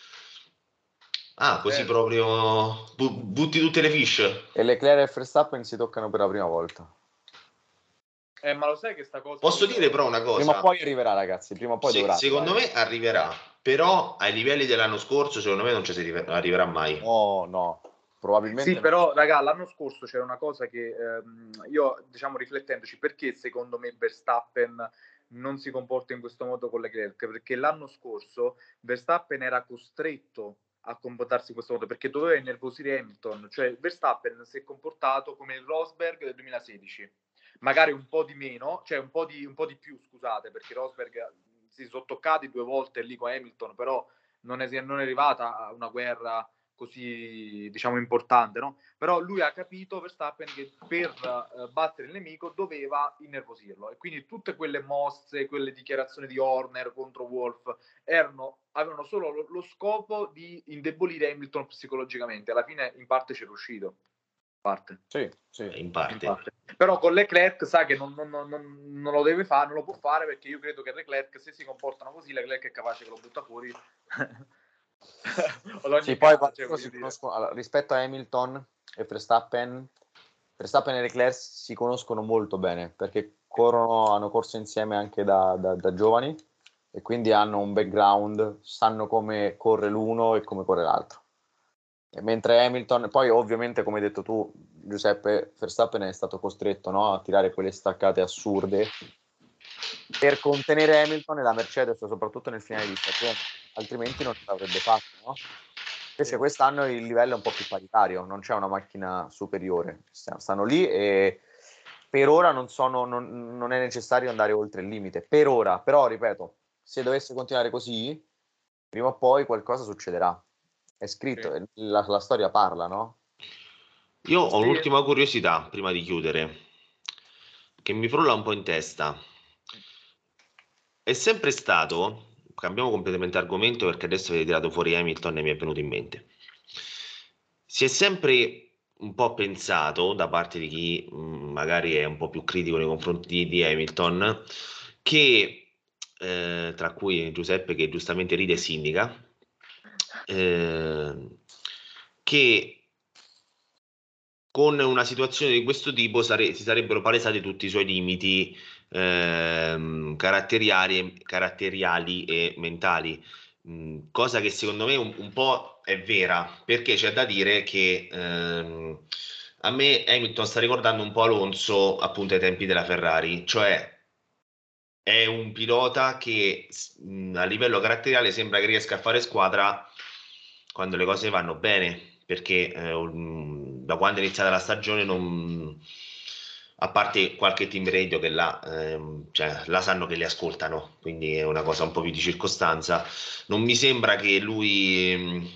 Ah, così proprio butti tutte le fish. e Leclerc e Verstappen si toccano per la prima volta. Ma lo sai che sta cosa... Posso dire però una cosa? Prima o poi arriverà, ragazzi, prima o poi dovrà Secondo arrivare. me arriverà, però ai livelli dell'anno scorso secondo me non ci si arriverà mai. No, probabilmente Sì, però, raga, l'anno scorso c'era una cosa che io, diciamo, riflettendoci, perché secondo me Verstappen non si comporta in questo modo con Leclerc? Perché l'anno scorso Verstappen era costretto a comportarsi in questo modo perché doveva innervosire Hamilton, cioè Verstappen si è comportato come il Rosberg del 2016, magari un po' di meno, cioè un po' di più, scusate, perché Rosberg si sono toccati 2 volte lì con Hamilton, però non è arrivata a una guerra così, diciamo, importante, no? Però lui ha capito, Verstappen, che per battere il nemico doveva innervosirlo, e quindi tutte quelle mosse, quelle dichiarazioni di Horner contro Wolff avevano solo lo scopo di indebolire Hamilton psicologicamente. Alla fine in parte ci è riuscito. Sì. In parte. Però con Leclerc sa che non lo deve fare, non lo può fare, perché io credo che Leclerc, se si comportano così, Leclerc è capace che lo butta fuori. Sì, poi allora, rispetto a Hamilton e Verstappen e Leclerc si conoscono molto bene perché hanno corso insieme anche da giovani e quindi hanno un background, sanno come corre l'uno e come corre l'altro. E mentre Hamilton, poi ovviamente come hai detto tu, Giuseppe, Verstappen è stato costretto, no, a tirare quelle staccate assurde per contenere Hamilton e la Mercedes, soprattutto nel finale di stagione, altrimenti non l'avrebbe fatto, no? Invece quest'anno il livello è un po' più paritario, non c'è una macchina superiore, stanno lì e per ora non è necessario andare oltre il limite, per ora, però ripeto, se dovesse continuare così, prima o poi qualcosa succederà, è scritto, sì. La storia parla, no? Io ho un'ultima curiosità prima di chiudere, che mi frulla un po' in testa. È sempre stato, cambiamo completamente argomento perché adesso avete tirato fuori Hamilton e mi è venuto in mente. Si è sempre un po' pensato da parte di chi magari è un po' più critico nei confronti di Hamilton, che tra cui Giuseppe che giustamente ride e sindica, che con una situazione di questo tipo si sarebbero palesati tutti i suoi limiti caratteriali e mentali, cosa che secondo me un po' è vera, perché c'è da dire che a me Hamilton sta ricordando un po' Alonso appunto ai tempi della Ferrari, cioè è un pilota che a livello caratteriale sembra che riesca a fare squadra quando le cose vanno bene, perché da quando è iniziata la stagione a parte qualche team radio che cioè, la sanno che li ascoltano, quindi è una cosa un po' più di circostanza, non mi sembra che lui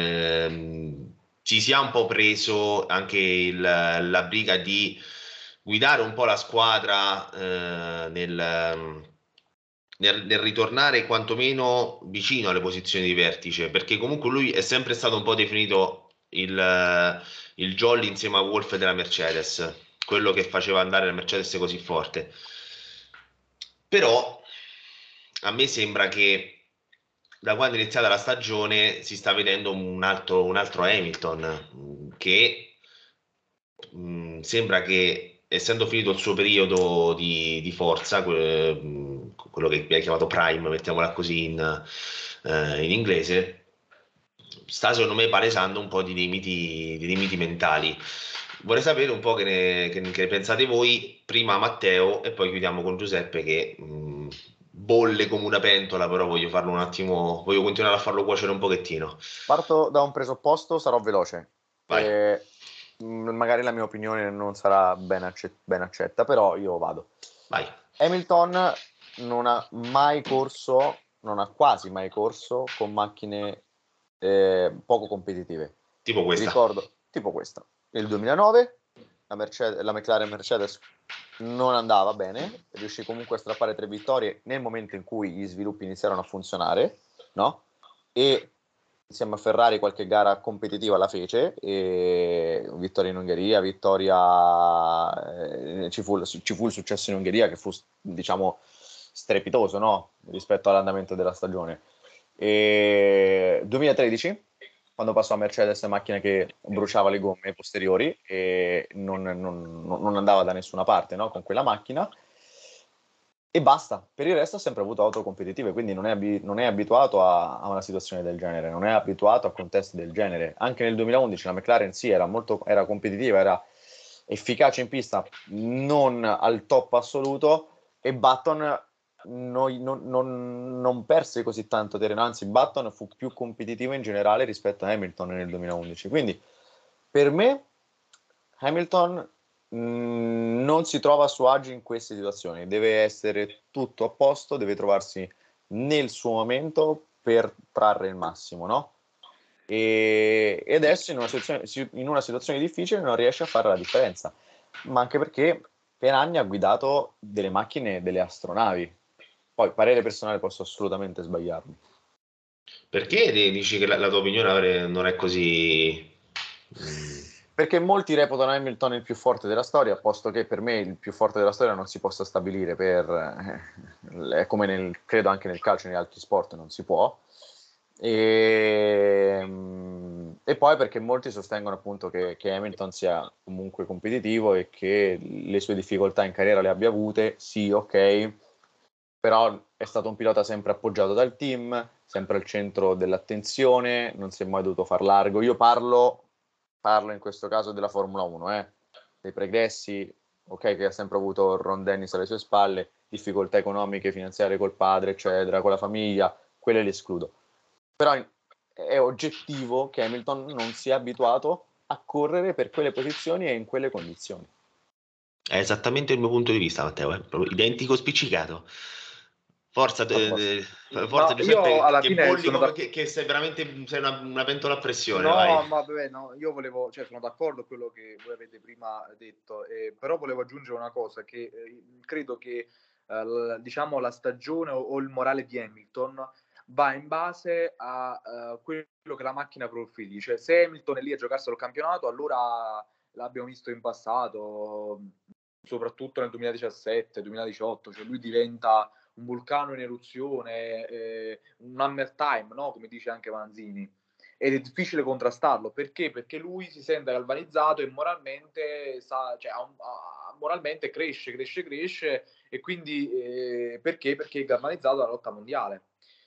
ci sia un po' preso anche la briga di guidare un po' la squadra nel ritornare quantomeno vicino alle posizioni di vertice, perché comunque lui è sempre stato un po' definito il jolly insieme a Wolff della Mercedes, quello che faceva andare la Mercedes così forte. Però a me sembra che da quando è iniziata la stagione si sta vedendo un altro Hamilton che sembra che essendo finito il suo periodo di forza, quello che viene chiamato prime, mettiamola così in inglese, sta secondo me palesando un po' di limiti mentali. Vorrei sapere un po' che ne pensate voi, prima Matteo e poi chiudiamo con Giuseppe che bolle come una pentola, però voglio farlo un attimo, voglio continuare a farlo cuocere un pochettino. Parto da un presupposto, sarò veloce. Vai. Magari la mia opinione non sarà ben accetta, però io vado. Vai. Hamilton non ha mai corso, non ha quasi mai corso con macchine poco competitive. Tipo questa. Ricordo, tipo questa. Nel 2009 la McLaren Mercedes non andava bene, riuscì comunque a strappare 3 vittorie nel momento in cui gli sviluppi iniziarono a funzionare, no? E insieme a Ferrari qualche gara competitiva la fece, e vittoria in Ungheria, ci fu il successo in Ungheria che fu, diciamo, strepitoso, no? Rispetto all'andamento della stagione. E 2013, quando passò a Mercedes, macchina che bruciava le gomme posteriori e non andava da nessuna parte, no? Con quella macchina. E basta, per il resto ha sempre avuto auto competitive, quindi non è abituato a una situazione del genere, non è abituato a contesti del genere. Anche nel 2011 la McLaren sì, era competitiva, era efficace in pista, non al top assoluto, e Button non perse così tanto terreno, anzi Button fu più competitivo in generale rispetto a Hamilton nel 2011. Quindi per me Hamilton non si trova a suo agio in queste situazioni, deve essere tutto a posto, deve trovarsi nel suo momento per trarre il massimo, no? E adesso in una situazione difficile non riesce a fare la differenza, ma anche perché per anni ha guidato delle macchine, delle astronavi. Poi parere personale, posso assolutamente sbagliarmi. Perché dici che la tua opinione non è così? Perché molti reputano Hamilton il più forte della storia, posto che per me il più forte della storia non si possa stabilire è come credo anche nel calcio e negli altri sport, non si può. E poi perché molti sostengono appunto che Hamilton sia comunque competitivo e che le sue difficoltà in carriera le abbia avute, sì, ok, però è stato un pilota sempre appoggiato dal team, sempre al centro dell'attenzione, non si è mai dovuto far largo. Io parlo in questo caso della Formula 1, dei pregressi, ok, che ha sempre avuto Ron Dennis alle sue spalle, difficoltà economiche, finanziarie col padre, eccetera, con la famiglia, quelle le escludo. Però è oggettivo che Hamilton non sia abituato a correre per quelle posizioni e in quelle condizioni. È esattamente il mio punto di vista, Matteo, proprio identico spiccicato. Forza, forza No, io Giuseppe, alla che fine bolli sono come che sei veramente una pentola a pressione, vai. No, ma vabbè, no, io volevo, cioè sono d'accordo con quello che voi avete prima detto, però volevo aggiungere una cosa, che credo che diciamo la stagione o il morale di Hamilton va in base a quello che la macchina profili. Cioè, se Hamilton è lì a giocarselo il campionato, allora l'abbiamo visto in passato, soprattutto nel 2017-2018, cioè lui diventa un vulcano in eruzione, un hammer time, no? Come dice anche Manzini. Ed è difficile contrastarlo perché? Perché lui si sente galvanizzato e moralmente, moralmente cresce e quindi perché? Perché è galvanizzato dalla lotta mondiale.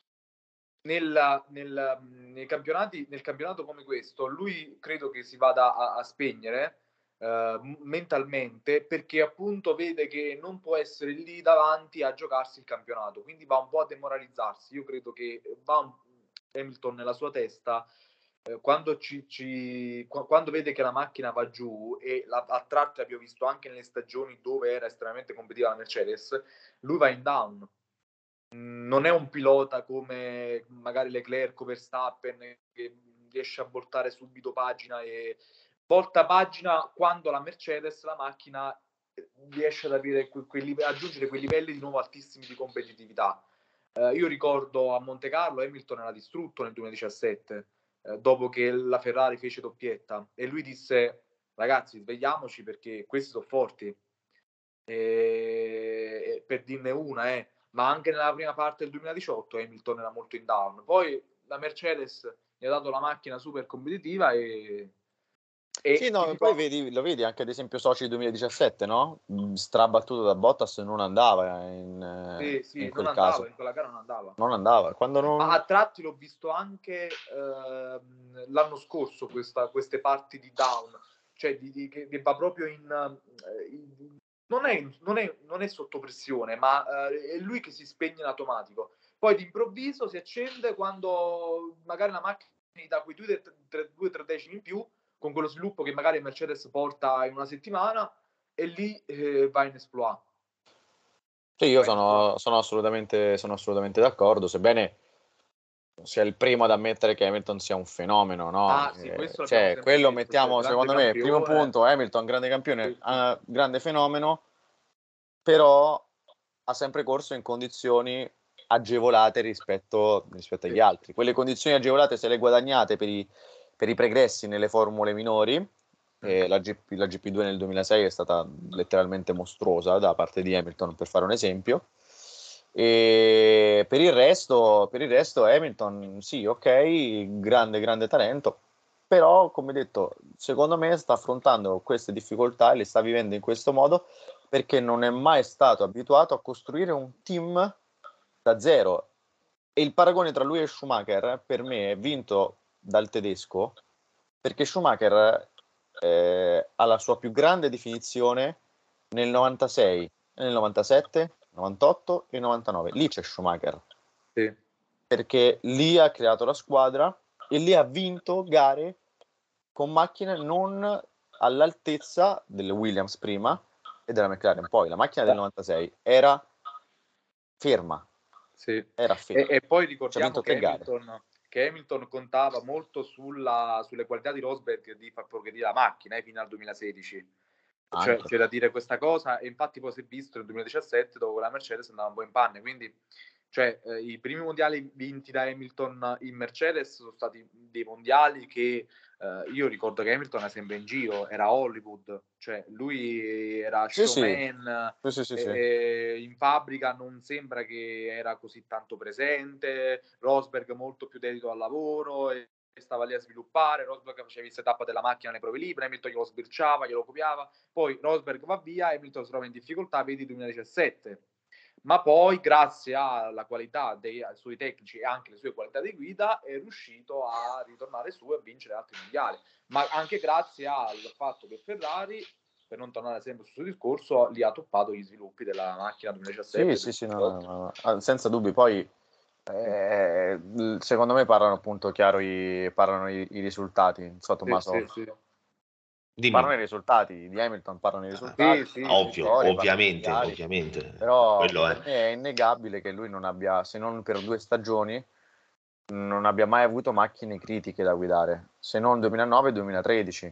Nei campionati, nel campionato come questo, lui credo che si vada a spegnere mentalmente, perché appunto vede che non può essere lì davanti a giocarsi il campionato, quindi va un po' a demoralizzarsi. Io credo che Hamilton nella sua testa quando vede che la macchina va giù, e a tratti abbiamo visto anche nelle stagioni dove era estremamente competitiva la Mercedes, lui va in down. Non è un pilota come magari Leclerc o Verstappen che riesce a voltare subito pagina e volta pagina quando la Mercedes, la macchina, riesce ad avere aggiungere quei livelli di nuovo altissimi di competitività. Io ricordo a Monte Carlo Hamilton era distrutto nel 2017, dopo che la Ferrari fece doppietta, e lui disse: ragazzi, svegliamoci perché questi sono forti. Per dirne una, ma anche nella prima parte del 2018 Hamilton era molto in down. Poi la Mercedes gli ha dato la macchina super competitiva e Sì, no, poi lo vedi anche ad esempio Sochi 2017, no? Strabattuto da Bottas, non andava in non quel andava, caso. in quella gara non andava. Non andava. Quando Ma non... a tratti l'ho visto anche l'anno scorso, queste parti di down, cioè che va proprio non è sotto pressione, ma è lui che si spegne in automatico. Poi d'improvviso si accende quando magari la macchina gli dà quei 2-3 decimi in più, con quello sviluppo che magari Mercedes porta in una settimana, e lì va in exploit. Sì, io sono assolutamente d'accordo, sebbene sia il primo ad ammettere che Hamilton sia un fenomeno, no? Sì, questo l'abbiamo sempre Quello detto, cioè, mettiamo, grande secondo me, primo campione. punto, Hamilton, grande campione, Sì. grande fenomeno, però ha sempre corso in condizioni agevolate rispetto agli altri. Quelle condizioni agevolate se le guadagnate per i pregressi nelle formule minori. La GP2 nel 2006 è stata letteralmente mostruosa da parte di Hamilton, per fare un esempio. E per il resto Hamilton, sì, ok, grande talento, però, come detto, secondo me sta affrontando queste difficoltà e le sta vivendo in questo modo perché non è mai stato abituato a costruire un team da zero. E il paragone tra lui e Schumacher per me è vinto dal tedesco, perché Schumacher ha la sua più grande definizione nel 96, nel 97, 98 e 99. Lì c'è Schumacher. Sì. Perché lì ha creato la squadra e lì ha vinto gare con macchine non all'altezza delle Williams prima e della McLaren poi. La macchina del 96 era ferma. Sì. Era ferma. E poi Ci ha ricordiamo vinto 3 gare. che Hamilton contava molto sulle qualità di Rosberg di far progredire la macchina fino al 2016. Cioè, c'è da dire questa cosa, e infatti poi si è visto nel 2017 dopo la Mercedes andava un po' in panne, quindi cioè, i primi mondiali vinti da Hamilton in Mercedes sono stati dei mondiali che io ricordo che Hamilton era sempre in giro, era Hollywood, cioè lui era showman. Sì. E in fabbrica non sembra che era così tanto presente, Rosberg molto più dedito al lavoro e stava lì a sviluppare, Rosberg faceva il setup della macchina nelle prove libere, Hamilton glielo sbirciava, glielo copiava, poi Rosberg va via, Hamilton si trova in difficoltà, vedi 2017. Ma poi, grazie alla qualità dei suoi tecnici e anche le sue qualità di guida, è riuscito a ritornare su e a vincere altri mondiali. Ma anche grazie al fatto che Ferrari, per non tornare sempre sul suo discorso, lì ha toppato gli sviluppi della macchina 2017. Sì, no, senza dubbi. Poi, secondo me parlano appunto chiaro i risultati. Non so, Tommaso. Sì. Parlano i risultati di Hamilton, parlano i risultati, ovviamente. Però Quello per me è innegabile che lui non abbia, se non per 2 stagioni, non abbia mai avuto macchine critiche da guidare, se non 2009-2013.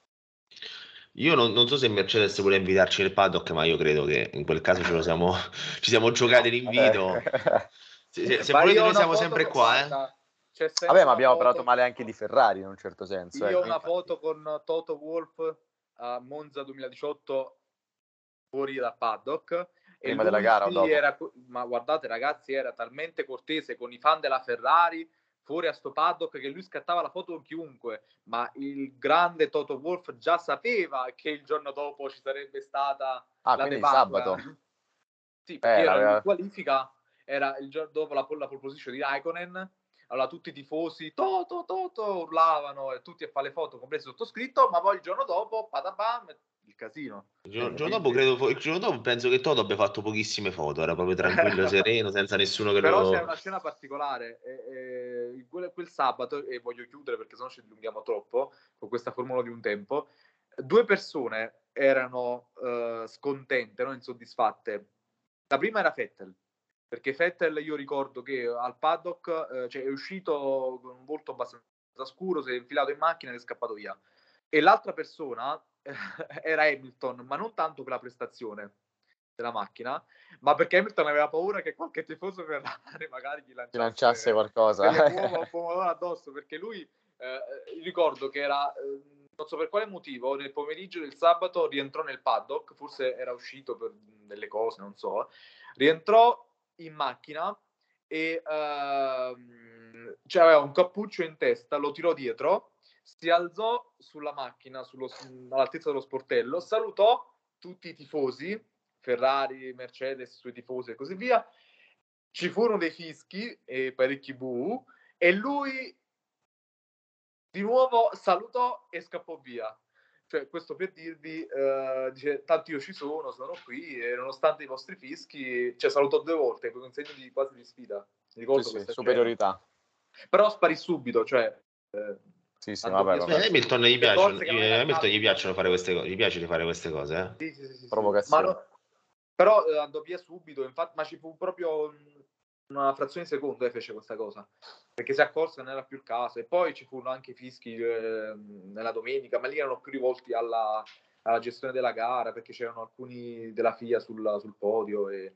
Io non so se Mercedes vuole invitarci nel paddock, ma io credo che in quel caso ci siamo giocati l'invito. Se volete noi siamo sempre qua, guarda, c'è sempre vabbè, ma abbiamo parlato male anche di Ferrari in un certo senso. Io ho una foto con Toto Wolff a Monza 2018 fuori dal paddock. Prima della gara o dopo? Ma guardate ragazzi, era talmente cortese con i fan della Ferrari fuori a sto paddock che lui scattava la foto con chiunque, ma il grande Toto Wolff già sapeva che il giorno dopo ci sarebbe stata la debacle. Sabato. Sì, perché era in qualifica, era il giorno dopo la pole position di Raikkonen. Allora tutti i tifosi Toto urlavano e tutti a fare le foto, compreso il sottoscritto, ma poi il giorno dopo patapam, il casino. Il giorno dopo penso che Toto abbia fatto pochissime foto, era proprio tranquillo, sereno, senza nessuno che Però lo... c'è una scena particolare, quel sabato, e voglio chiudere perché sennò ci dilunghiamo troppo con questa formula di un tempo, 2 persone erano scontente, non insoddisfatte. La prima era Vettel, perché Vettel io ricordo che al paddock è uscito con un volto abbastanza scuro, si è infilato in macchina ed è scappato via. E l'altra persona era Hamilton, ma non tanto per la prestazione della macchina, ma perché Hamilton aveva paura che qualche tifoso Ferrari magari gli lanciasse qualcosa, delle uova o pomodoro addosso, perché lui ricordo che era non so per quale motivo nel pomeriggio del sabato rientrò nel paddock, forse era uscito per delle cose, non so, rientrò in macchina e aveva un cappuccio in testa, lo tirò dietro, si alzò sulla macchina all'altezza dello sportello, salutò tutti i tifosi, Ferrari, Mercedes, i suoi tifosi e così via. Ci furono dei fischi e parecchi bu, e lui di nuovo salutò e scappò via. Cioè, questo per dirvi, dice, tanto io sono qui, e nonostante i vostri fischi, cioè salutò 2 volte, con un segno di quasi di sfida. Ricordo Sì, questa superiorità. scena. Però sparì subito, cioè... Sì, andò vabbè, via vabbè. subito. Hamilton gli Per forze piacciono, che non era Hamilton gli calcio, piacciono fare queste cose, gli piace di fare queste cose, sì. Provocazione. Ma però andò via subito, infatti, ma ci fu proprio una frazione di secondo fece questa cosa, perché si accorse che non era più il caso. E poi ci furono anche i fischi nella domenica, ma lì erano più rivolti alla gestione della gara, perché c'erano alcuni della FIA sul podio e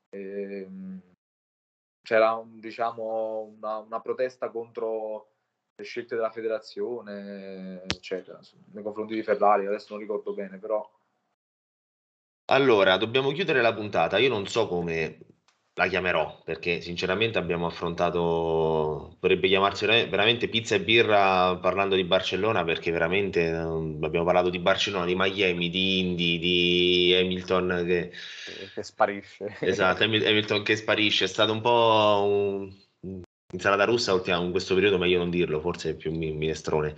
c'era diciamo una protesta contro le scelte della federazione, eccetera, nei confronti di Ferrari. Adesso non ricordo bene, però Allora, dobbiamo chiudere la puntata. Io non so come la chiamerò, perché sinceramente abbiamo affrontato, dovrebbe chiamarsi veramente pizza e birra parlando di Barcellona, perché veramente abbiamo parlato di Barcellona, di Miami, di Indy, di Hamilton che sparisce. Esatto, Hamilton che sparisce. È stato un po' insalata russa in questo periodo, meglio non dirlo, forse è più minestrone.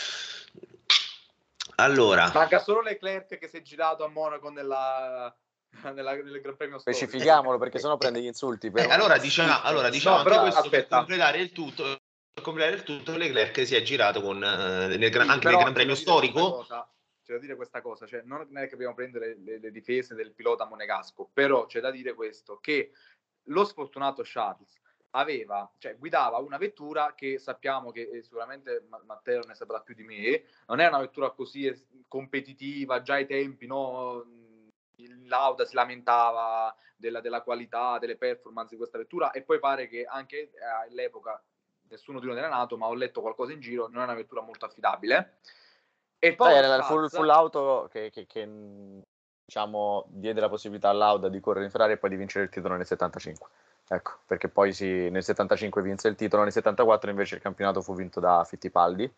Allora, manca solo Leclerc che si è girato a Monaco nel Gran Premio storico. Specifichiamolo, perché sennò prende gli insulti. allora diciamo No, anche però questo aspetta. per completare il tutto, Leclerc si è girato con, anche nel Gran Premio storico. C'è da dire questa cosa, cioè non è che dobbiamo prendere le difese del pilota monegasco, però c'è da dire questo, che lo sfortunato Charles guidava una vettura che sappiamo che sicuramente Matteo ne saprà più di me, non è una vettura così competitiva, già ai tempi, no? Lauda si lamentava della qualità, delle performance di questa vettura, e poi pare che anche all'epoca, nessuno di noi era nato, ma ho letto qualcosa in giro, non è una vettura molto affidabile. E poi era il full auto che diciamo diede la possibilità all'Auda di correre in Ferrari e poi di vincere il titolo nel 75. Ecco, perché poi nel 75 vinse il titolo, nel 74 invece il campionato fu vinto da Fittipaldi,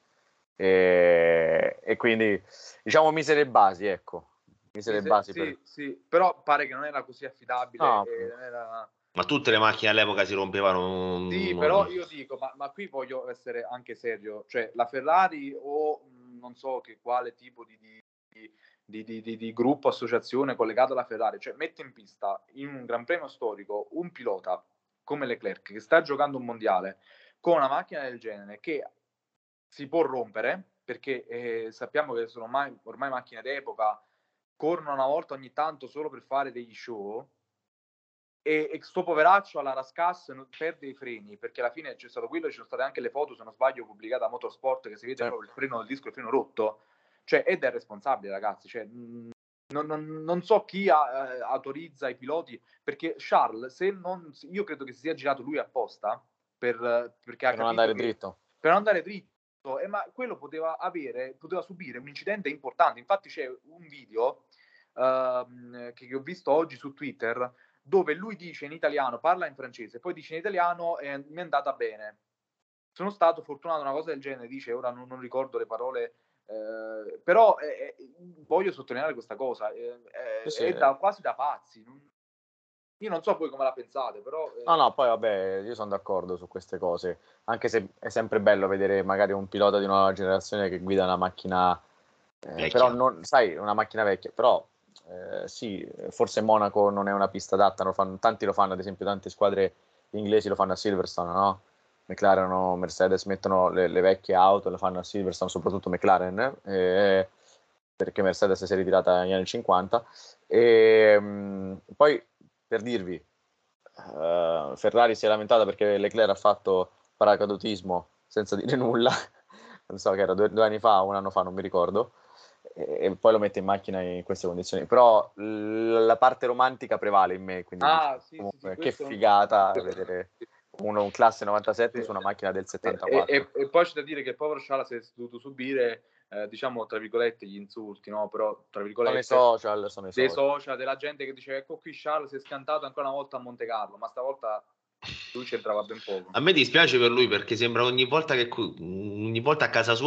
e quindi diciamo mise le basi, ecco. Sì, però pare che non era così affidabile. No. Ma tutte le macchine all'epoca si rompevano. Sì, però io dico, ma qui voglio essere anche serio, cioè la Ferrari o non so che quale tipo di gruppo, associazione collegato alla Ferrari, cioè mette in pista in un Gran Premio storico un pilota come Leclerc che sta giocando un mondiale con una macchina del genere che si può rompere, perché sappiamo che sono ormai macchine d'epoca, corrono una volta ogni tanto solo per fare degli show, e sto poveraccio alla Rascasse perde i freni, perché alla fine c'è stato quello, ci sono state anche le foto, se non sbaglio, pubblicate a Motorsport, che si vede proprio il freno del disco, il freno rotto, cioè, ed è responsabile, ragazzi, cioè, non so chi autorizza i piloti, perché Charles, io credo che si sia girato lui apposta perché ha per non andare dritto. Per non andare dritto, ma quello poteva subire un incidente importante. Infatti c'è un video che ho visto oggi su Twitter, dove lui dice in italiano, parla in francese, poi dice in italiano mi è andata bene. Sono stato fortunato, una cosa del genere, dice, ora non ricordo le parole, però voglio sottolineare questa cosa, è quasi da pazzi. Io non so voi come la pensate, però... No, poi vabbè, io sono d'accordo su queste cose, anche se è sempre bello vedere magari un pilota di nuova generazione che guida una macchina, però non, sai, una macchina vecchia, però sì, forse Monaco non è una pista adatta, tanti lo fanno, ad esempio tante squadre inglesi lo fanno a Silverstone, no? McLaren o Mercedes mettono le vecchie auto, le fanno a Silverstone, soprattutto McLaren, perché Mercedes si è ritirata negli anni 50, e poi per dirvi, Ferrari si è lamentata perché Leclerc ha fatto paracadutismo senza dire nulla, non so che era 2 anni fa, 1 anno fa, non mi ricordo, e poi lo mette in macchina in queste condizioni. Però la parte romantica prevale in me, quindi comunque, che figata vedere un classe 97 su una macchina del 74. E poi c'è da dire che il povero Charles ha dovuto subire, diciamo, tra virgolette, gli insulti, no? Però, tra virgolette, sono i social, della gente che dice, ecco qui Charles si è scantato ancora una volta a Monte Carlo, ma stavolta lui c'entrava ben poco. A me dispiace per lui, perché sembra ogni volta a casa sua deve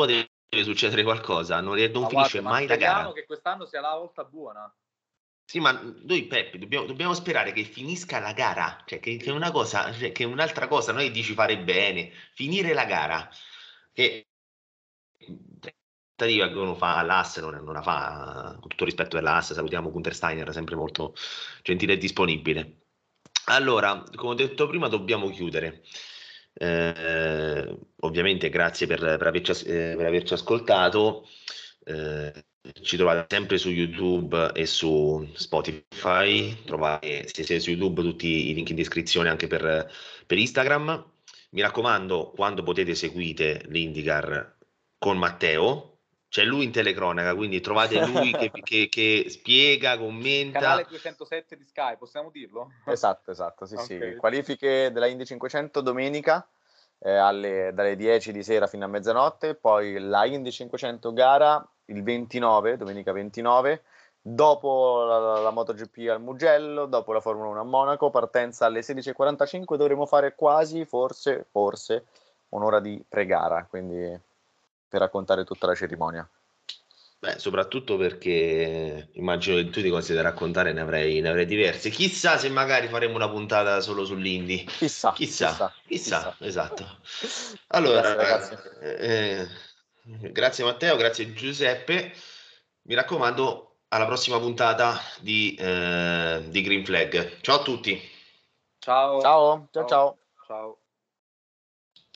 deve succedere qualcosa, non Ma finisce guarda, ma mai la speriamo gara. che quest'anno sia la volta buona. Sì, ma noi Peppi dobbiamo sperare che finisca la gara, cioè che è una cosa, cioè, che è un'altra cosa, noi dici fare bene, finire la gara, che trattativa che uno fa all'AS non la fa, con tutto rispetto dell'AS, salutiamo Gunter Steiner, sempre molto gentile e disponibile. Allora, come ho detto prima, dobbiamo chiudere. Ovviamente grazie per averci ascoltato. Ci trovate sempre su YouTube e su Spotify. Trovate sia su YouTube tutti i link in descrizione anche per Instagram. Mi raccomando, quando potete seguite l'IndyCar con Matteo. C'è lui in telecronaca, quindi trovate lui che spiega, Canale commenta. 207 di Sky, possiamo dirlo? Esatto, sì, Ok. sì. Qualifiche della Indy 500 domenica dalle 10 di sera fino a mezzanotte, poi la Indy 500 gara il 29, domenica 29, dopo la MotoGP al Mugello, dopo la Formula 1 a Monaco, partenza alle 16:45, dovremo fare quasi, forse, un'ora di pre-gara, quindi per raccontare tutta la cerimonia. Beh, soprattutto perché immagino che tu di cose da raccontare ne avrei diverse. Chissà se magari faremo una puntata solo sull'Indy. Chissà, esatto. Allora, Grazie ragazzi. grazie Matteo, grazie Giuseppe. Mi raccomando, alla prossima puntata di Green Flag. Ciao a tutti. Ciao. Ciao. Ciao.